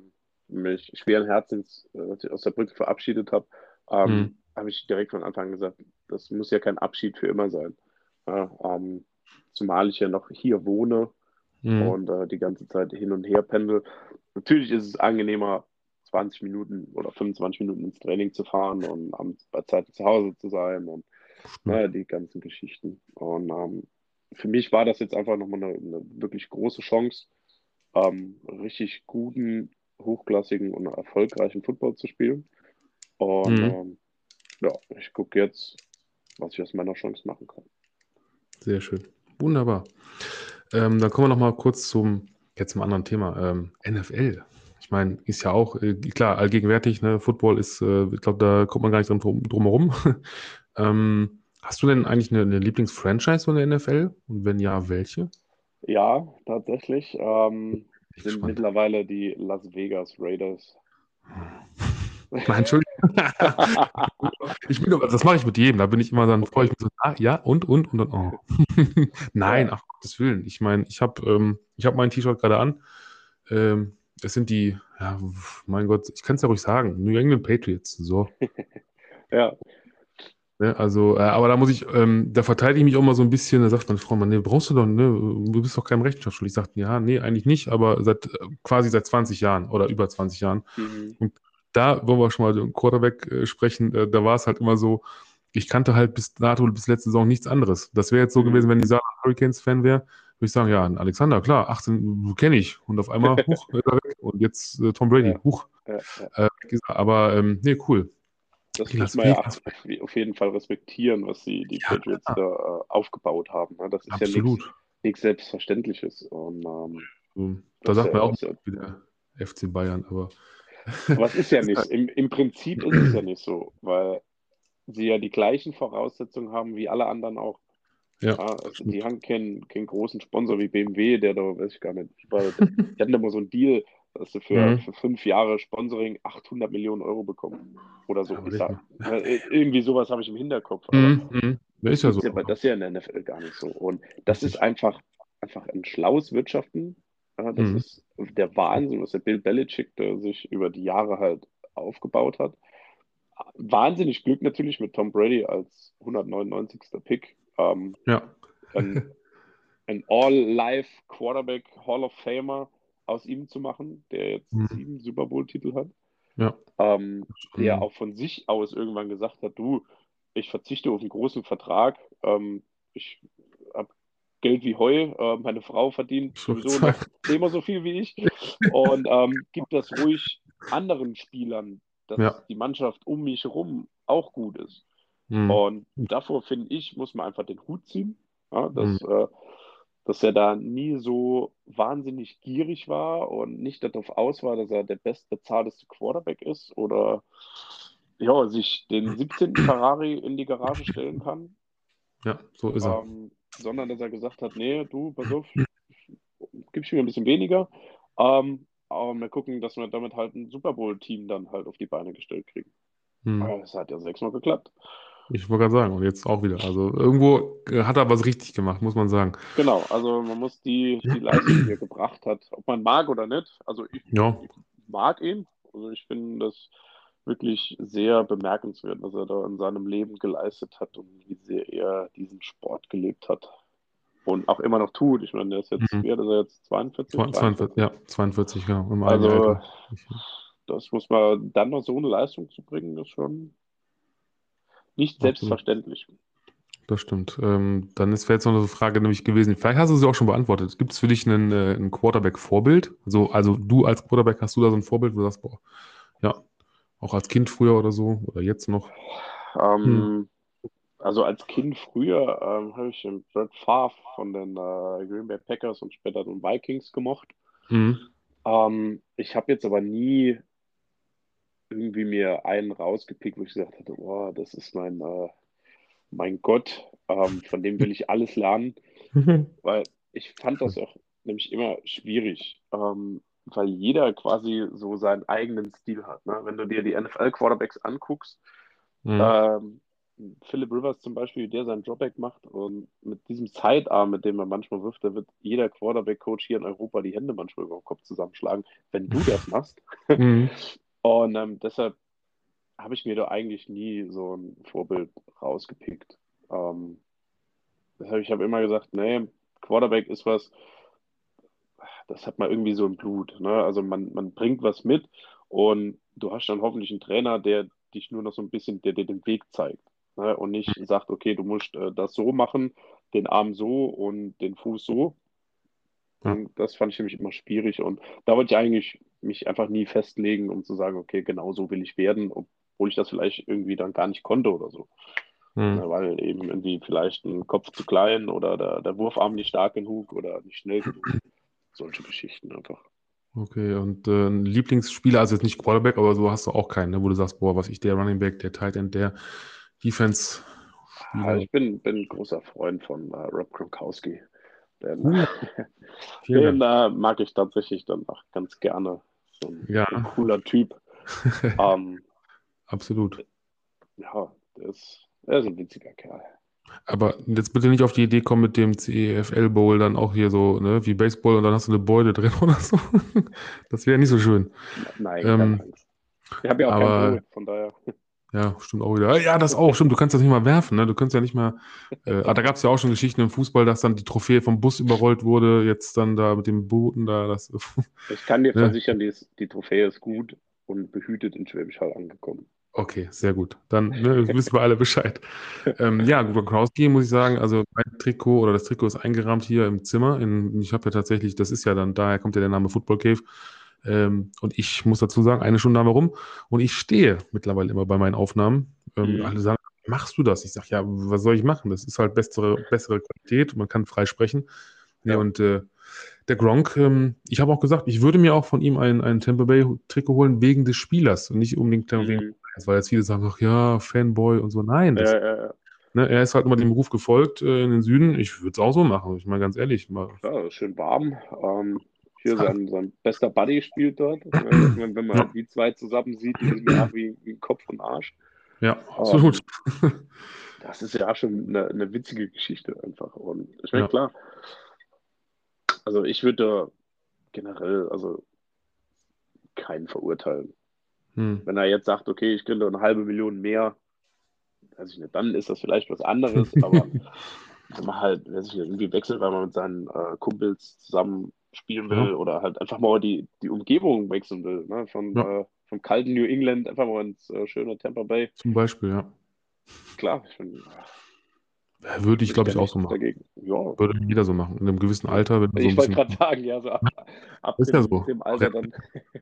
mich schweren Herzens aus der Brücke verabschiedet habe, Mhm. habe ich direkt von Anfang an gesagt, das muss ja kein Abschied für immer sein. Ja, zumal ich ja noch hier wohne Mhm. und die ganze Zeit hin und her pendel. Natürlich ist es angenehmer, 20 Minuten oder 25 Minuten ins Training zu fahren und bei Zeit zu Hause zu sein und Stimmt. die ganzen Geschichten. Und für mich war das jetzt einfach nochmal eine wirklich große Chance, richtig guten, hochklassigen und erfolgreichen Football zu spielen. Und Mhm. ja, ich gucke jetzt, was ich aus meiner Chance machen kann. Sehr schön. Wunderbar. Dann kommen wir noch mal kurz jetzt zum anderen Thema. NFL. ich meine, ist ja auch, klar, allgegenwärtig, ne? Football ist, ich glaube, da kommt man gar nicht drum herum. Hast du denn eigentlich eine Lieblingsfranchise von der NFL? Und wenn ja, welche? Ja, tatsächlich. Ich Sind gespannt. mittlerweile die Las Vegas Raiders. Nein, Entschuldigung. Das mache ich mit jedem. Da bin ich immer, dann freue ich Okay. mich so, ja, und dann, oh. Nein, Ja. ach Gottes Willen. Ich meine, ich hab mein T-Shirt gerade an. Es sind die, ja, mein Gott, ich kann es ja ruhig sagen, New England Patriots. So. Ja. Ne, also, aber da verteidige ich mich auch mal so ein bisschen. Da sagt meine Frau, nee, brauchst du doch, ne, du bist doch kein Rechenschaftsschule. Ich sagte, ja, nee, eigentlich nicht, aber quasi seit 20 Jahren oder über 20 Jahren. Mhm. Und da, wo wir schon mal den Quarterback sprechen, da war es halt immer so, ich kannte halt bis dato, bis letzte Saison nichts anderes. Das wäre jetzt so gewesen, Mhm. wenn ich Saarland Hurricanes-Fan wäre, würde ich sagen, ja, ein Alexander, klar, 18 kenne ich. Und auf einmal, huch, ist er weg. Und jetzt Tom Brady, Ja. huch. Ja. Aber, nee, cool. Das Die muss Las man ja Vegas, auf jeden Fall respektieren, was die ja, Patriots da aufgebaut haben. Ne? Das ist ja absolut. nichts Selbstverständliches. Und Da sagt man auch was ja, wieder FC Bayern, aber aber es ist ja ist nicht, halt, im Prinzip ist es ja nicht so, weil sie ja die gleichen Voraussetzungen haben wie alle anderen auch. ja, Ja, also die absolut. haben keinen großen Sponsor wie BMW, der da, weiß ich gar nicht, die hatten immer so einen Deal, dass sie Mhm. für 5 Jahre Sponsoring 800 Millionen Euro bekommen oder Ja, so. Ich überleg sag, mal. irgendwie sowas habe ich im Hinterkopf, aber Mhm. Mhm. Ja, das ist ja gibt's so. ja, das ist ja in der NFL gar nicht so. Und das ist Richtig. einfach ein schlaues Wirtschaften. Ja, das Mhm. ist der Wahnsinn, was der Bill Belichick da sich über die Jahre halt aufgebaut hat. Wahnsinnig Glück natürlich mit Tom Brady als 199. Pick. Ja. Ein, ein All-Life Quarterback Hall of Famer aus ihm zu machen, der jetzt Mhm. 7 Super Bowl-Titel hat. Ja. Der Schon, auch von sich aus irgendwann gesagt hat, du, ich verzichte auf einen großen Vertrag, ich habe Geld wie Heu, meine Frau verdient ich wollte sowieso noch sagen. zehnmal so viel wie ich und gibt das ruhig anderen Spielern, dass Ja. die Mannschaft um mich herum auch gut ist. Mhm. Und davor, finde ich, muss man einfach den Hut ziehen, ja, Mhm. dass er da nie so wahnsinnig gierig war und nicht darauf aus war, dass er der bestbezahlteste Quarterback ist oder ja, sich den 17. Ferrari in die Garage stellen kann, Ja, so ist er. sondern dass er gesagt hat, nee, du, pass auf, gibst mir ein bisschen weniger, aber wir gucken, dass wir damit halt ein Super Bowl-Team dann halt auf die Beine gestellt kriegen. Mhm. Aber das hat ja 6-mal geklappt. Ich wollte gerade sagen, und jetzt auch wieder. Also irgendwo hat er was richtig gemacht, muss man sagen. Genau, also man muss die Leistung, die er gebracht hat, ob man mag oder nicht, also Ja. ich mag ihn. Also ich finde das wirklich sehr bemerkenswert, was er da in seinem Leben geleistet hat und wie sehr er diesen Sport gelebt hat und auch immer noch tut. Ich meine, der ist jetzt, Mhm. wie alt ist er jetzt? 42, 42, 43? ja, 42, genau, im eigenen Also Alter. das muss man dann noch so eine Leistung zu bringen, ist schon nicht Absolut. selbstverständlich. Das stimmt. Dann wäre jetzt noch eine Frage nämlich gewesen, vielleicht hast du sie auch schon beantwortet. Gibt es für dich ein Quarterback-Vorbild? Also du als Quarterback, hast du da so ein Vorbild, wo du sagst, boah, ja, auch als Kind früher oder so oder jetzt noch? Hm. Ähm, Also als Kind früher habe ich den Brett Favre von den Green Bay Packers und später den Vikings gemocht. Mhm. Ich habe jetzt aber nie irgendwie mir einen rausgepickt, wo ich gesagt hatte, oh, das ist mein Gott, von dem will ich alles lernen, weil ich fand das auch nämlich immer schwierig, weil jeder quasi so seinen eigenen Stil hat. Ne? Wenn du dir die NFL-Quarterbacks anguckst, Mhm. ähm, Philip Rivers zum Beispiel, wie der seinen Dropback macht und mit diesem Sidearm, mit dem er manchmal wirft, da wird jeder Quarterback-Coach hier in Europa die Hände manchmal über den Kopf zusammenschlagen, wenn du das machst. Mhm. Und deshalb habe ich mir da eigentlich nie so ein Vorbild rausgepickt. Ähm, deshalb, ich habe immer gesagt, nee, Quarterback ist was, das hat man irgendwie so im Blut. Ne? Also man bringt was mit und du hast dann hoffentlich einen Trainer, der dich nur noch so ein bisschen, der dir den Weg zeigt. Ne? Und nicht sagt, okay, du musst das so machen, den Arm so und den Fuß so. Ja. Und das fand ich nämlich immer schwierig. Und da wollte ich eigentlich mich einfach nie festlegen, um zu sagen, okay, genau so will ich werden, obwohl ich das vielleicht irgendwie dann gar nicht konnte oder so. Mhm. Ne? Weil eben irgendwie vielleicht ein Kopf zu klein oder der Wurfarm nicht stark genug oder nicht schnell genug. Solche Geschichten einfach. Okay, und ein Lieblingsspieler, also jetzt nicht Quarterback, aber so hast du auch keinen, ne, wo du sagst, boah, was ich, der Running Back, der Tight End, der Defense-Spieler. Ich bin ein großer Freund von Rob Gronkowski. Den, Uh, vielen den Dank. mag ich tatsächlich dann auch ganz gerne. Ja, So ein cooler Typ. Ähm, absolut. ja, der ist ein witziger Kerl. Aber jetzt bitte nicht auf die Idee kommen mit dem CEFL Bowl dann auch hier so, ne, wie Baseball und dann hast du eine Beute drin oder so. Das wäre nicht so schön. Nein, keine Ähm, Angst. Ich habe ja auch kein aber Boot, von daher. ja, stimmt auch wieder. Ja, das auch, stimmt. Du kannst das nicht mal werfen, ne? Du kannst ja nicht mal. Da gab es ja auch schon Geschichten im Fußball, dass dann die Trophäe vom Bus überrollt wurde. Jetzt dann da mit dem Booten da, das. Ich kann dir Ne? versichern, die Trophäe ist gut und behütet in Schwäbisch Hall angekommen. Okay, sehr gut. Dann wissen wir alle Bescheid. Ja, Gronkowski muss ich sagen, also mein Trikot oder das Trikot ist eingerahmt hier im Zimmer. Ich habe ja tatsächlich, das ist ja dann, daher kommt ja der Name Football Cave. Und ich muss dazu sagen, eine Stunde haben wir rum und ich stehe mittlerweile immer bei meinen Aufnahmen. Mhm. Alle sagen, machst du das? Ich sage, ja, was soll ich machen? Das ist halt bessere Qualität, man kann frei sprechen. Nee, Ja, und der Gronk, ich habe auch gesagt, ich würde mir auch von ihm ein Tampa Bay Trikot holen wegen des Spielers und nicht unbedingt wegen, mhm. weil jetzt viele sagen, ach ja, Fanboy und so. Nein, Ja, ja, ja. ne, er ist halt immer dem Ruf gefolgt in den Süden. Ich würde es auch so machen. Ich meine, ganz ehrlich, mal, Klar, ist schön warm. Hier sein bester Buddy spielt dort. Ne? Wenn man ja, halt die zwei zusammen sieht, die sehen ja auch wie Kopf und Arsch. ja, absolut. Ähm, Das ist ja auch schon eine witzige Geschichte einfach. Und ich meine, Ja, klar, also ich würde generell also keinen verurteilen. hm. Wenn er jetzt sagt, okay, ich könnte eine halbe Million mehr, weiß ich nicht, dann ist das vielleicht was anderes, aber wenn man halt, weiß ich nicht, irgendwie wechselt, weil man mit seinen Kumpels zusammen spielen Ja, will oder halt einfach mal die Umgebung wechseln will, ne? ja, Vom kalten New England einfach mal ins schöne Tampa Bay. zum Beispiel, ja. Klar, ich bin, Würde ich, spricht glaube ja ich, auch so nichts machen. dagegen. Ja, Würde jeder so machen. In einem gewissen Alter, wenn du so ein ich wollte bisschen. gerade sagen, ja, so ab Ist ja so. dem Alter dann.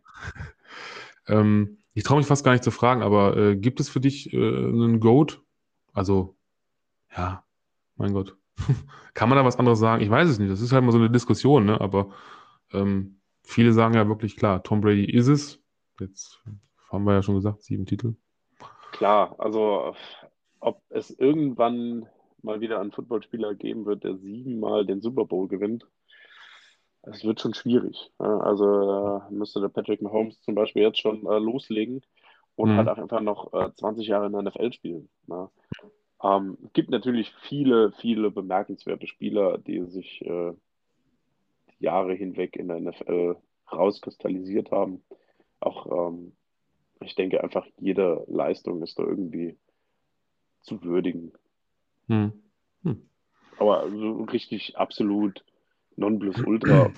Ich traue mich fast gar nicht zu fragen, aber gibt es für dich einen GOAT? Also, ja, mein Gott. Kann man da was anderes sagen? Ich weiß es nicht. Das ist halt mal so eine Diskussion, ne? Aber viele sagen ja wirklich klar, Tom Brady ist es. Jetzt haben wir ja schon gesagt, 7 Titel. Klar, also ob es irgendwann mal wieder einen Footballspieler geben wird, der siebenmal den Super Bowl gewinnt, es wird schon schwierig. Ja, also müsste der Patrick Mahomes zum Beispiel jetzt schon loslegen und halt Hm. auch einfach noch 20 Jahre in der NFL spielen. Ne? Gibt natürlich viele, viele bemerkenswerte Spieler, die sich Jahre hinweg in der NFL rauskristallisiert haben. Auch ich denke einfach, jede Leistung ist da irgendwie zu würdigen. Hm. Hm. Aber so richtig absolut Nonplusultra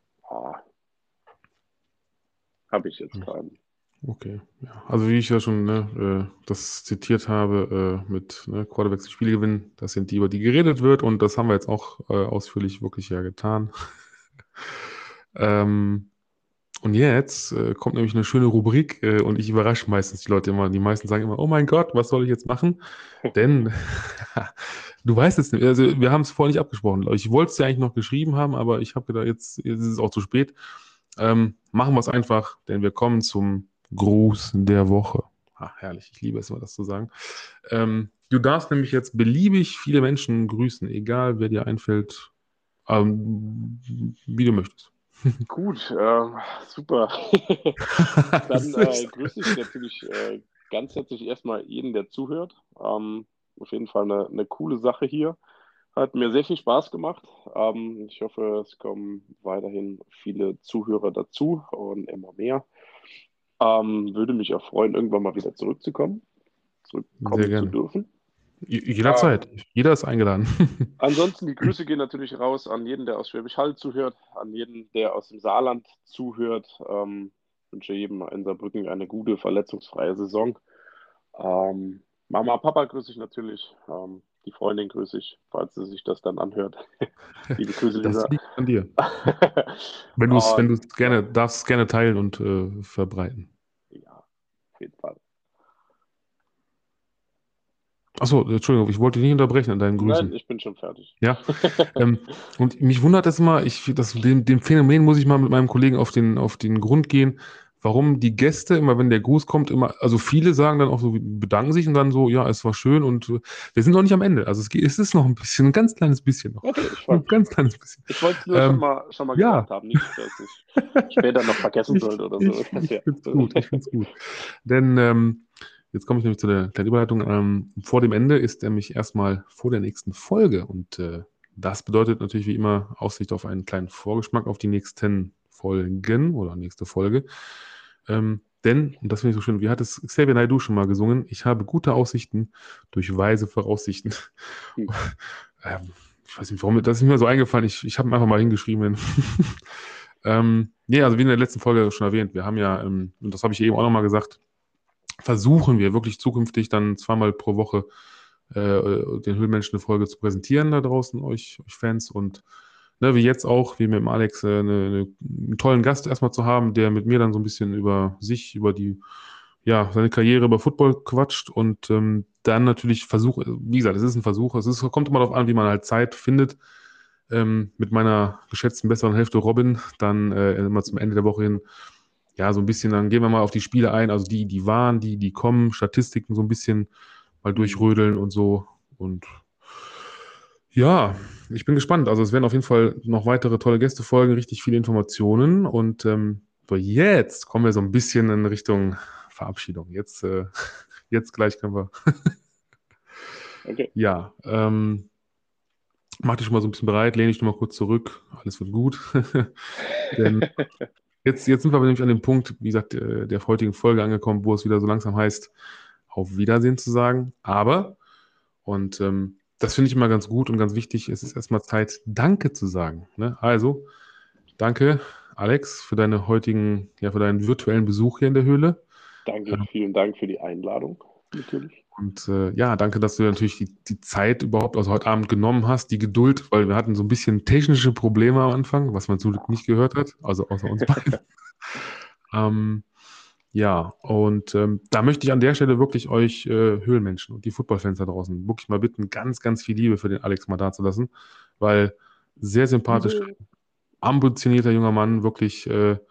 habe ich jetzt keinen. Okay, ja. Also wie ich ja schon das zitiert habe, mit Quarterbacks die Spiele gewinnen, das sind die, über die geredet wird und das haben wir jetzt auch ausführlich wirklich ja getan. Ähm, und jetzt kommt nämlich eine schöne Rubrik und ich überrasche meistens die Leute immer. Die meisten sagen immer, oh mein Gott, was soll ich jetzt machen? Denn du weißt es nicht, also wir haben es vorher nicht abgesprochen. Ich wollte es ja eigentlich noch geschrieben haben, aber ich habe gedacht, jetzt ist es auch zu spät. Machen wir es einfach, denn wir kommen zum Gruß der Woche. Ach, herrlich, ich liebe es immer, das zu sagen. Du darfst nämlich jetzt beliebig viele Menschen grüßen, egal wer dir einfällt, wie du möchtest. Gut, super. Dann grüße ich natürlich ganz herzlich erstmal jeden, der zuhört. Auf jeden Fall eine coole Sache hier. Hat mir sehr viel Spaß gemacht. Ich hoffe, es kommen weiterhin viele Zuhörer dazu und immer mehr. Würde mich auch freuen, irgendwann mal wieder Sehr zurückkommen zu gerne. dürfen. Jederzeit. Ähm, Jeder ist eingeladen. Ansonsten, die Grüße gehen natürlich raus an jeden, der aus Schwäbisch Hall zuhört, an jeden, der aus dem Saarland zuhört. Wünsche jedem in Saarbrücken eine gute, verletzungsfreie Saison. Mama, Papa grüße ich natürlich. Die Freundin grüße ich, falls sie sich das dann anhört. Liebe Grüße, Das Lisa. liegt an dir. Wenn du es Und gerne, darfst es gerne teilen und verbreiten. ja, auf jeden Fall. Achso, Entschuldigung, ich wollte dich nicht unterbrechen an deinen Nein, Grüßen. ich bin schon fertig. Ja, ähm, und mich wundert es immer, dem Phänomen muss ich mal mit meinem Kollegen auf den Grund gehen, warum die Gäste immer, wenn der Gruß kommt, immer, also viele sagen dann auch so, bedanken sich und dann so, ja, es war schön und wir sind noch nicht am Ende. Also es ist noch ein bisschen, ein ganz kleines bisschen noch. Okay, ich Ein freue mich. ganz kleines bisschen. Ich wollte es nur Ähm, schon mal ja, gesagt haben, nicht, dass ich später noch vergessen sollte oder so. Das ich ja. finde es gut, ich finde es gut. Denn jetzt komme ich nämlich zu der kleinen Überleitung. Vor dem Ende ist nämlich erstmal vor der nächsten Folge und das bedeutet natürlich wie immer Aussicht auf einen kleinen Vorgeschmack auf die nächsten Folgen oder nächste Folge. Denn, und das finde ich so schön, wie hat es Xavier Naidoo schon mal gesungen, ich habe gute Aussichten durch weise Voraussichten. Hm. Ich weiß nicht, warum, das ist mir so eingefallen. Ich habe einfach mal hingeschrieben. Nee, also wie in der letzten Folge schon erwähnt, wir haben ja, und das habe ich eben auch nochmal gesagt, versuchen wir wirklich zukünftig dann zweimal pro Woche den Höhlenmenschen eine Folge zu präsentieren da draußen, euch Fans. Und ne, wie jetzt auch, wie mit dem Alex, einen tollen Gast erstmal zu haben, der mit mir dann so ein bisschen über sich, über die, ja, seine Karriere über Football quatscht und dann natürlich Versuch, wie gesagt, es ist ein Versuch, kommt immer darauf an, wie man halt Zeit findet. Mit meiner geschätzten besseren Hälfte Robin, dann immer zum Ende der Woche hin ja, so ein bisschen, dann gehen wir mal auf die Spiele ein, also die waren, die kommen, Statistiken so ein bisschen mal Hm. durchrödeln und so. Und ja, ich bin gespannt. Also es werden auf jeden Fall noch weitere tolle Gäste folgen, richtig viele Informationen. Und so jetzt kommen wir so ein bisschen in Richtung Verabschiedung. Jetzt gleich können wir. Okay. Ja, mach dich schon mal so ein bisschen bereit, lehne dich schon mal kurz zurück. Alles wird gut. Denn jetzt sind wir nämlich an dem Punkt, wie gesagt, der heutigen Folge angekommen, wo es wieder so langsam heißt, auf Wiedersehen zu sagen. Aber, und das finde ich immer ganz gut und ganz wichtig, es ist erstmal Zeit, Danke zu sagen. Ne? Also, danke, Alex, für deinen virtuellen Besuch hier in der Höhle. Danke, vielen Dank für die Einladung, natürlich. Und ja, danke, dass du natürlich die Zeit überhaupt, also heute Abend genommen hast, die Geduld, weil wir hatten so ein bisschen technische Probleme am Anfang, was man zum Glück nicht gehört hat, also außer uns beiden. Ähm, ja, und da möchte ich an der Stelle wirklich euch Höhlenmenschen und die Footballfans da draußen wirklich mal bitten, ganz, ganz viel Liebe für den Alex mal dazulassen, weil sehr sympathisch, Liebe. ambitionierter junger Mann, wirklich,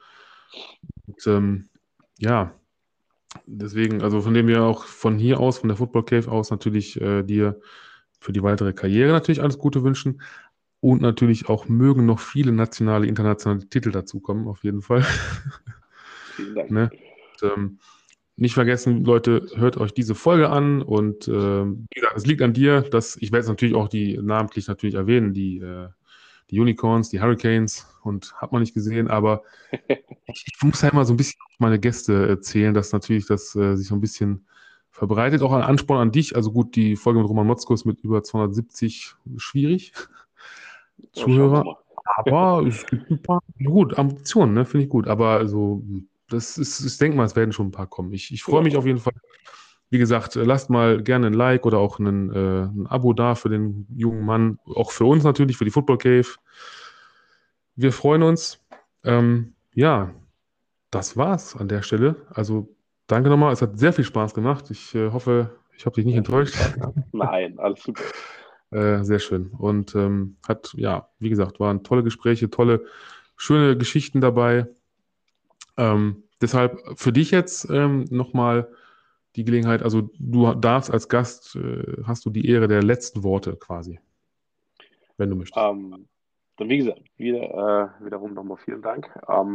und, ja, deswegen, also von dem wir auch von hier aus, von der Football Cave aus natürlich dir für die weitere Karriere natürlich alles Gute wünschen und natürlich auch mögen noch viele nationale, internationale Titel dazukommen, auf jeden Fall. Vielen Dank. Ne? Und, nicht vergessen, Leute, hört euch diese Folge an und wie gesagt, es liegt an dir, dass ich werde jetzt natürlich auch die namentlich natürlich erwähnen, die Unicorns, die Hurricanes und hat man nicht gesehen, aber ich muss ja immer so ein bisschen auf meine Gäste erzählen, dass natürlich das sich so ein bisschen verbreitet. Auch ein Ansporn an dich. Also gut, die Folge mit Roman Motzkos mit über 270 schwierig, Ja, schauen wir Zuhörer. mal. Aber es gibt ein paar, gut, Ambitionen, ne, finde ich gut. Aber also, ich denke mal, es werden schon ein paar kommen. Ich freue mich Ja, auf jeden Fall. Wie gesagt, lasst mal gerne ein Like oder auch ein Abo da für den jungen Mann. Auch für uns natürlich, für die Football Cave. Wir freuen uns. Ja, das war's an der Stelle. Also danke nochmal. Es hat sehr viel Spaß gemacht. Ich hoffe, ich habe dich nicht auf jeden enttäuscht. Fall. Nein, alles super. Sehr schön. Und ja, wie gesagt, waren tolle Gespräche, tolle, schöne Geschichten dabei. Deshalb für dich jetzt nochmal die Gelegenheit, also du darfst als Gast, hast du die Ehre der letzten Worte quasi, wenn du möchtest. Dann wie gesagt, wiederum nochmal vielen Dank.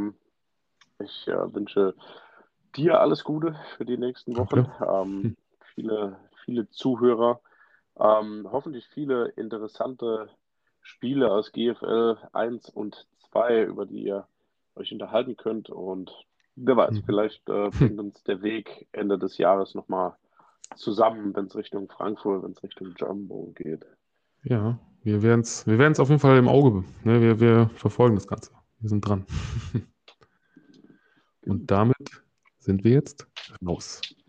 Ich wünsche dir alles Gute für die nächsten Wochen. Danke. Hm. Viele Zuhörer. Hoffentlich viele interessante Spiele aus GFL 1 und 2, über die ihr euch unterhalten könnt. Und wer weiß, Mhm. vielleicht bringt uns der Weg Ende des Jahres nochmal zusammen, wenn es Richtung Frankfurt, wenn es Richtung Jumbo geht. Ja, wir werden's auf jeden Fall im Auge. Ne? Wir verfolgen das Ganze. Wir sind dran. Und Gut. damit sind wir jetzt raus.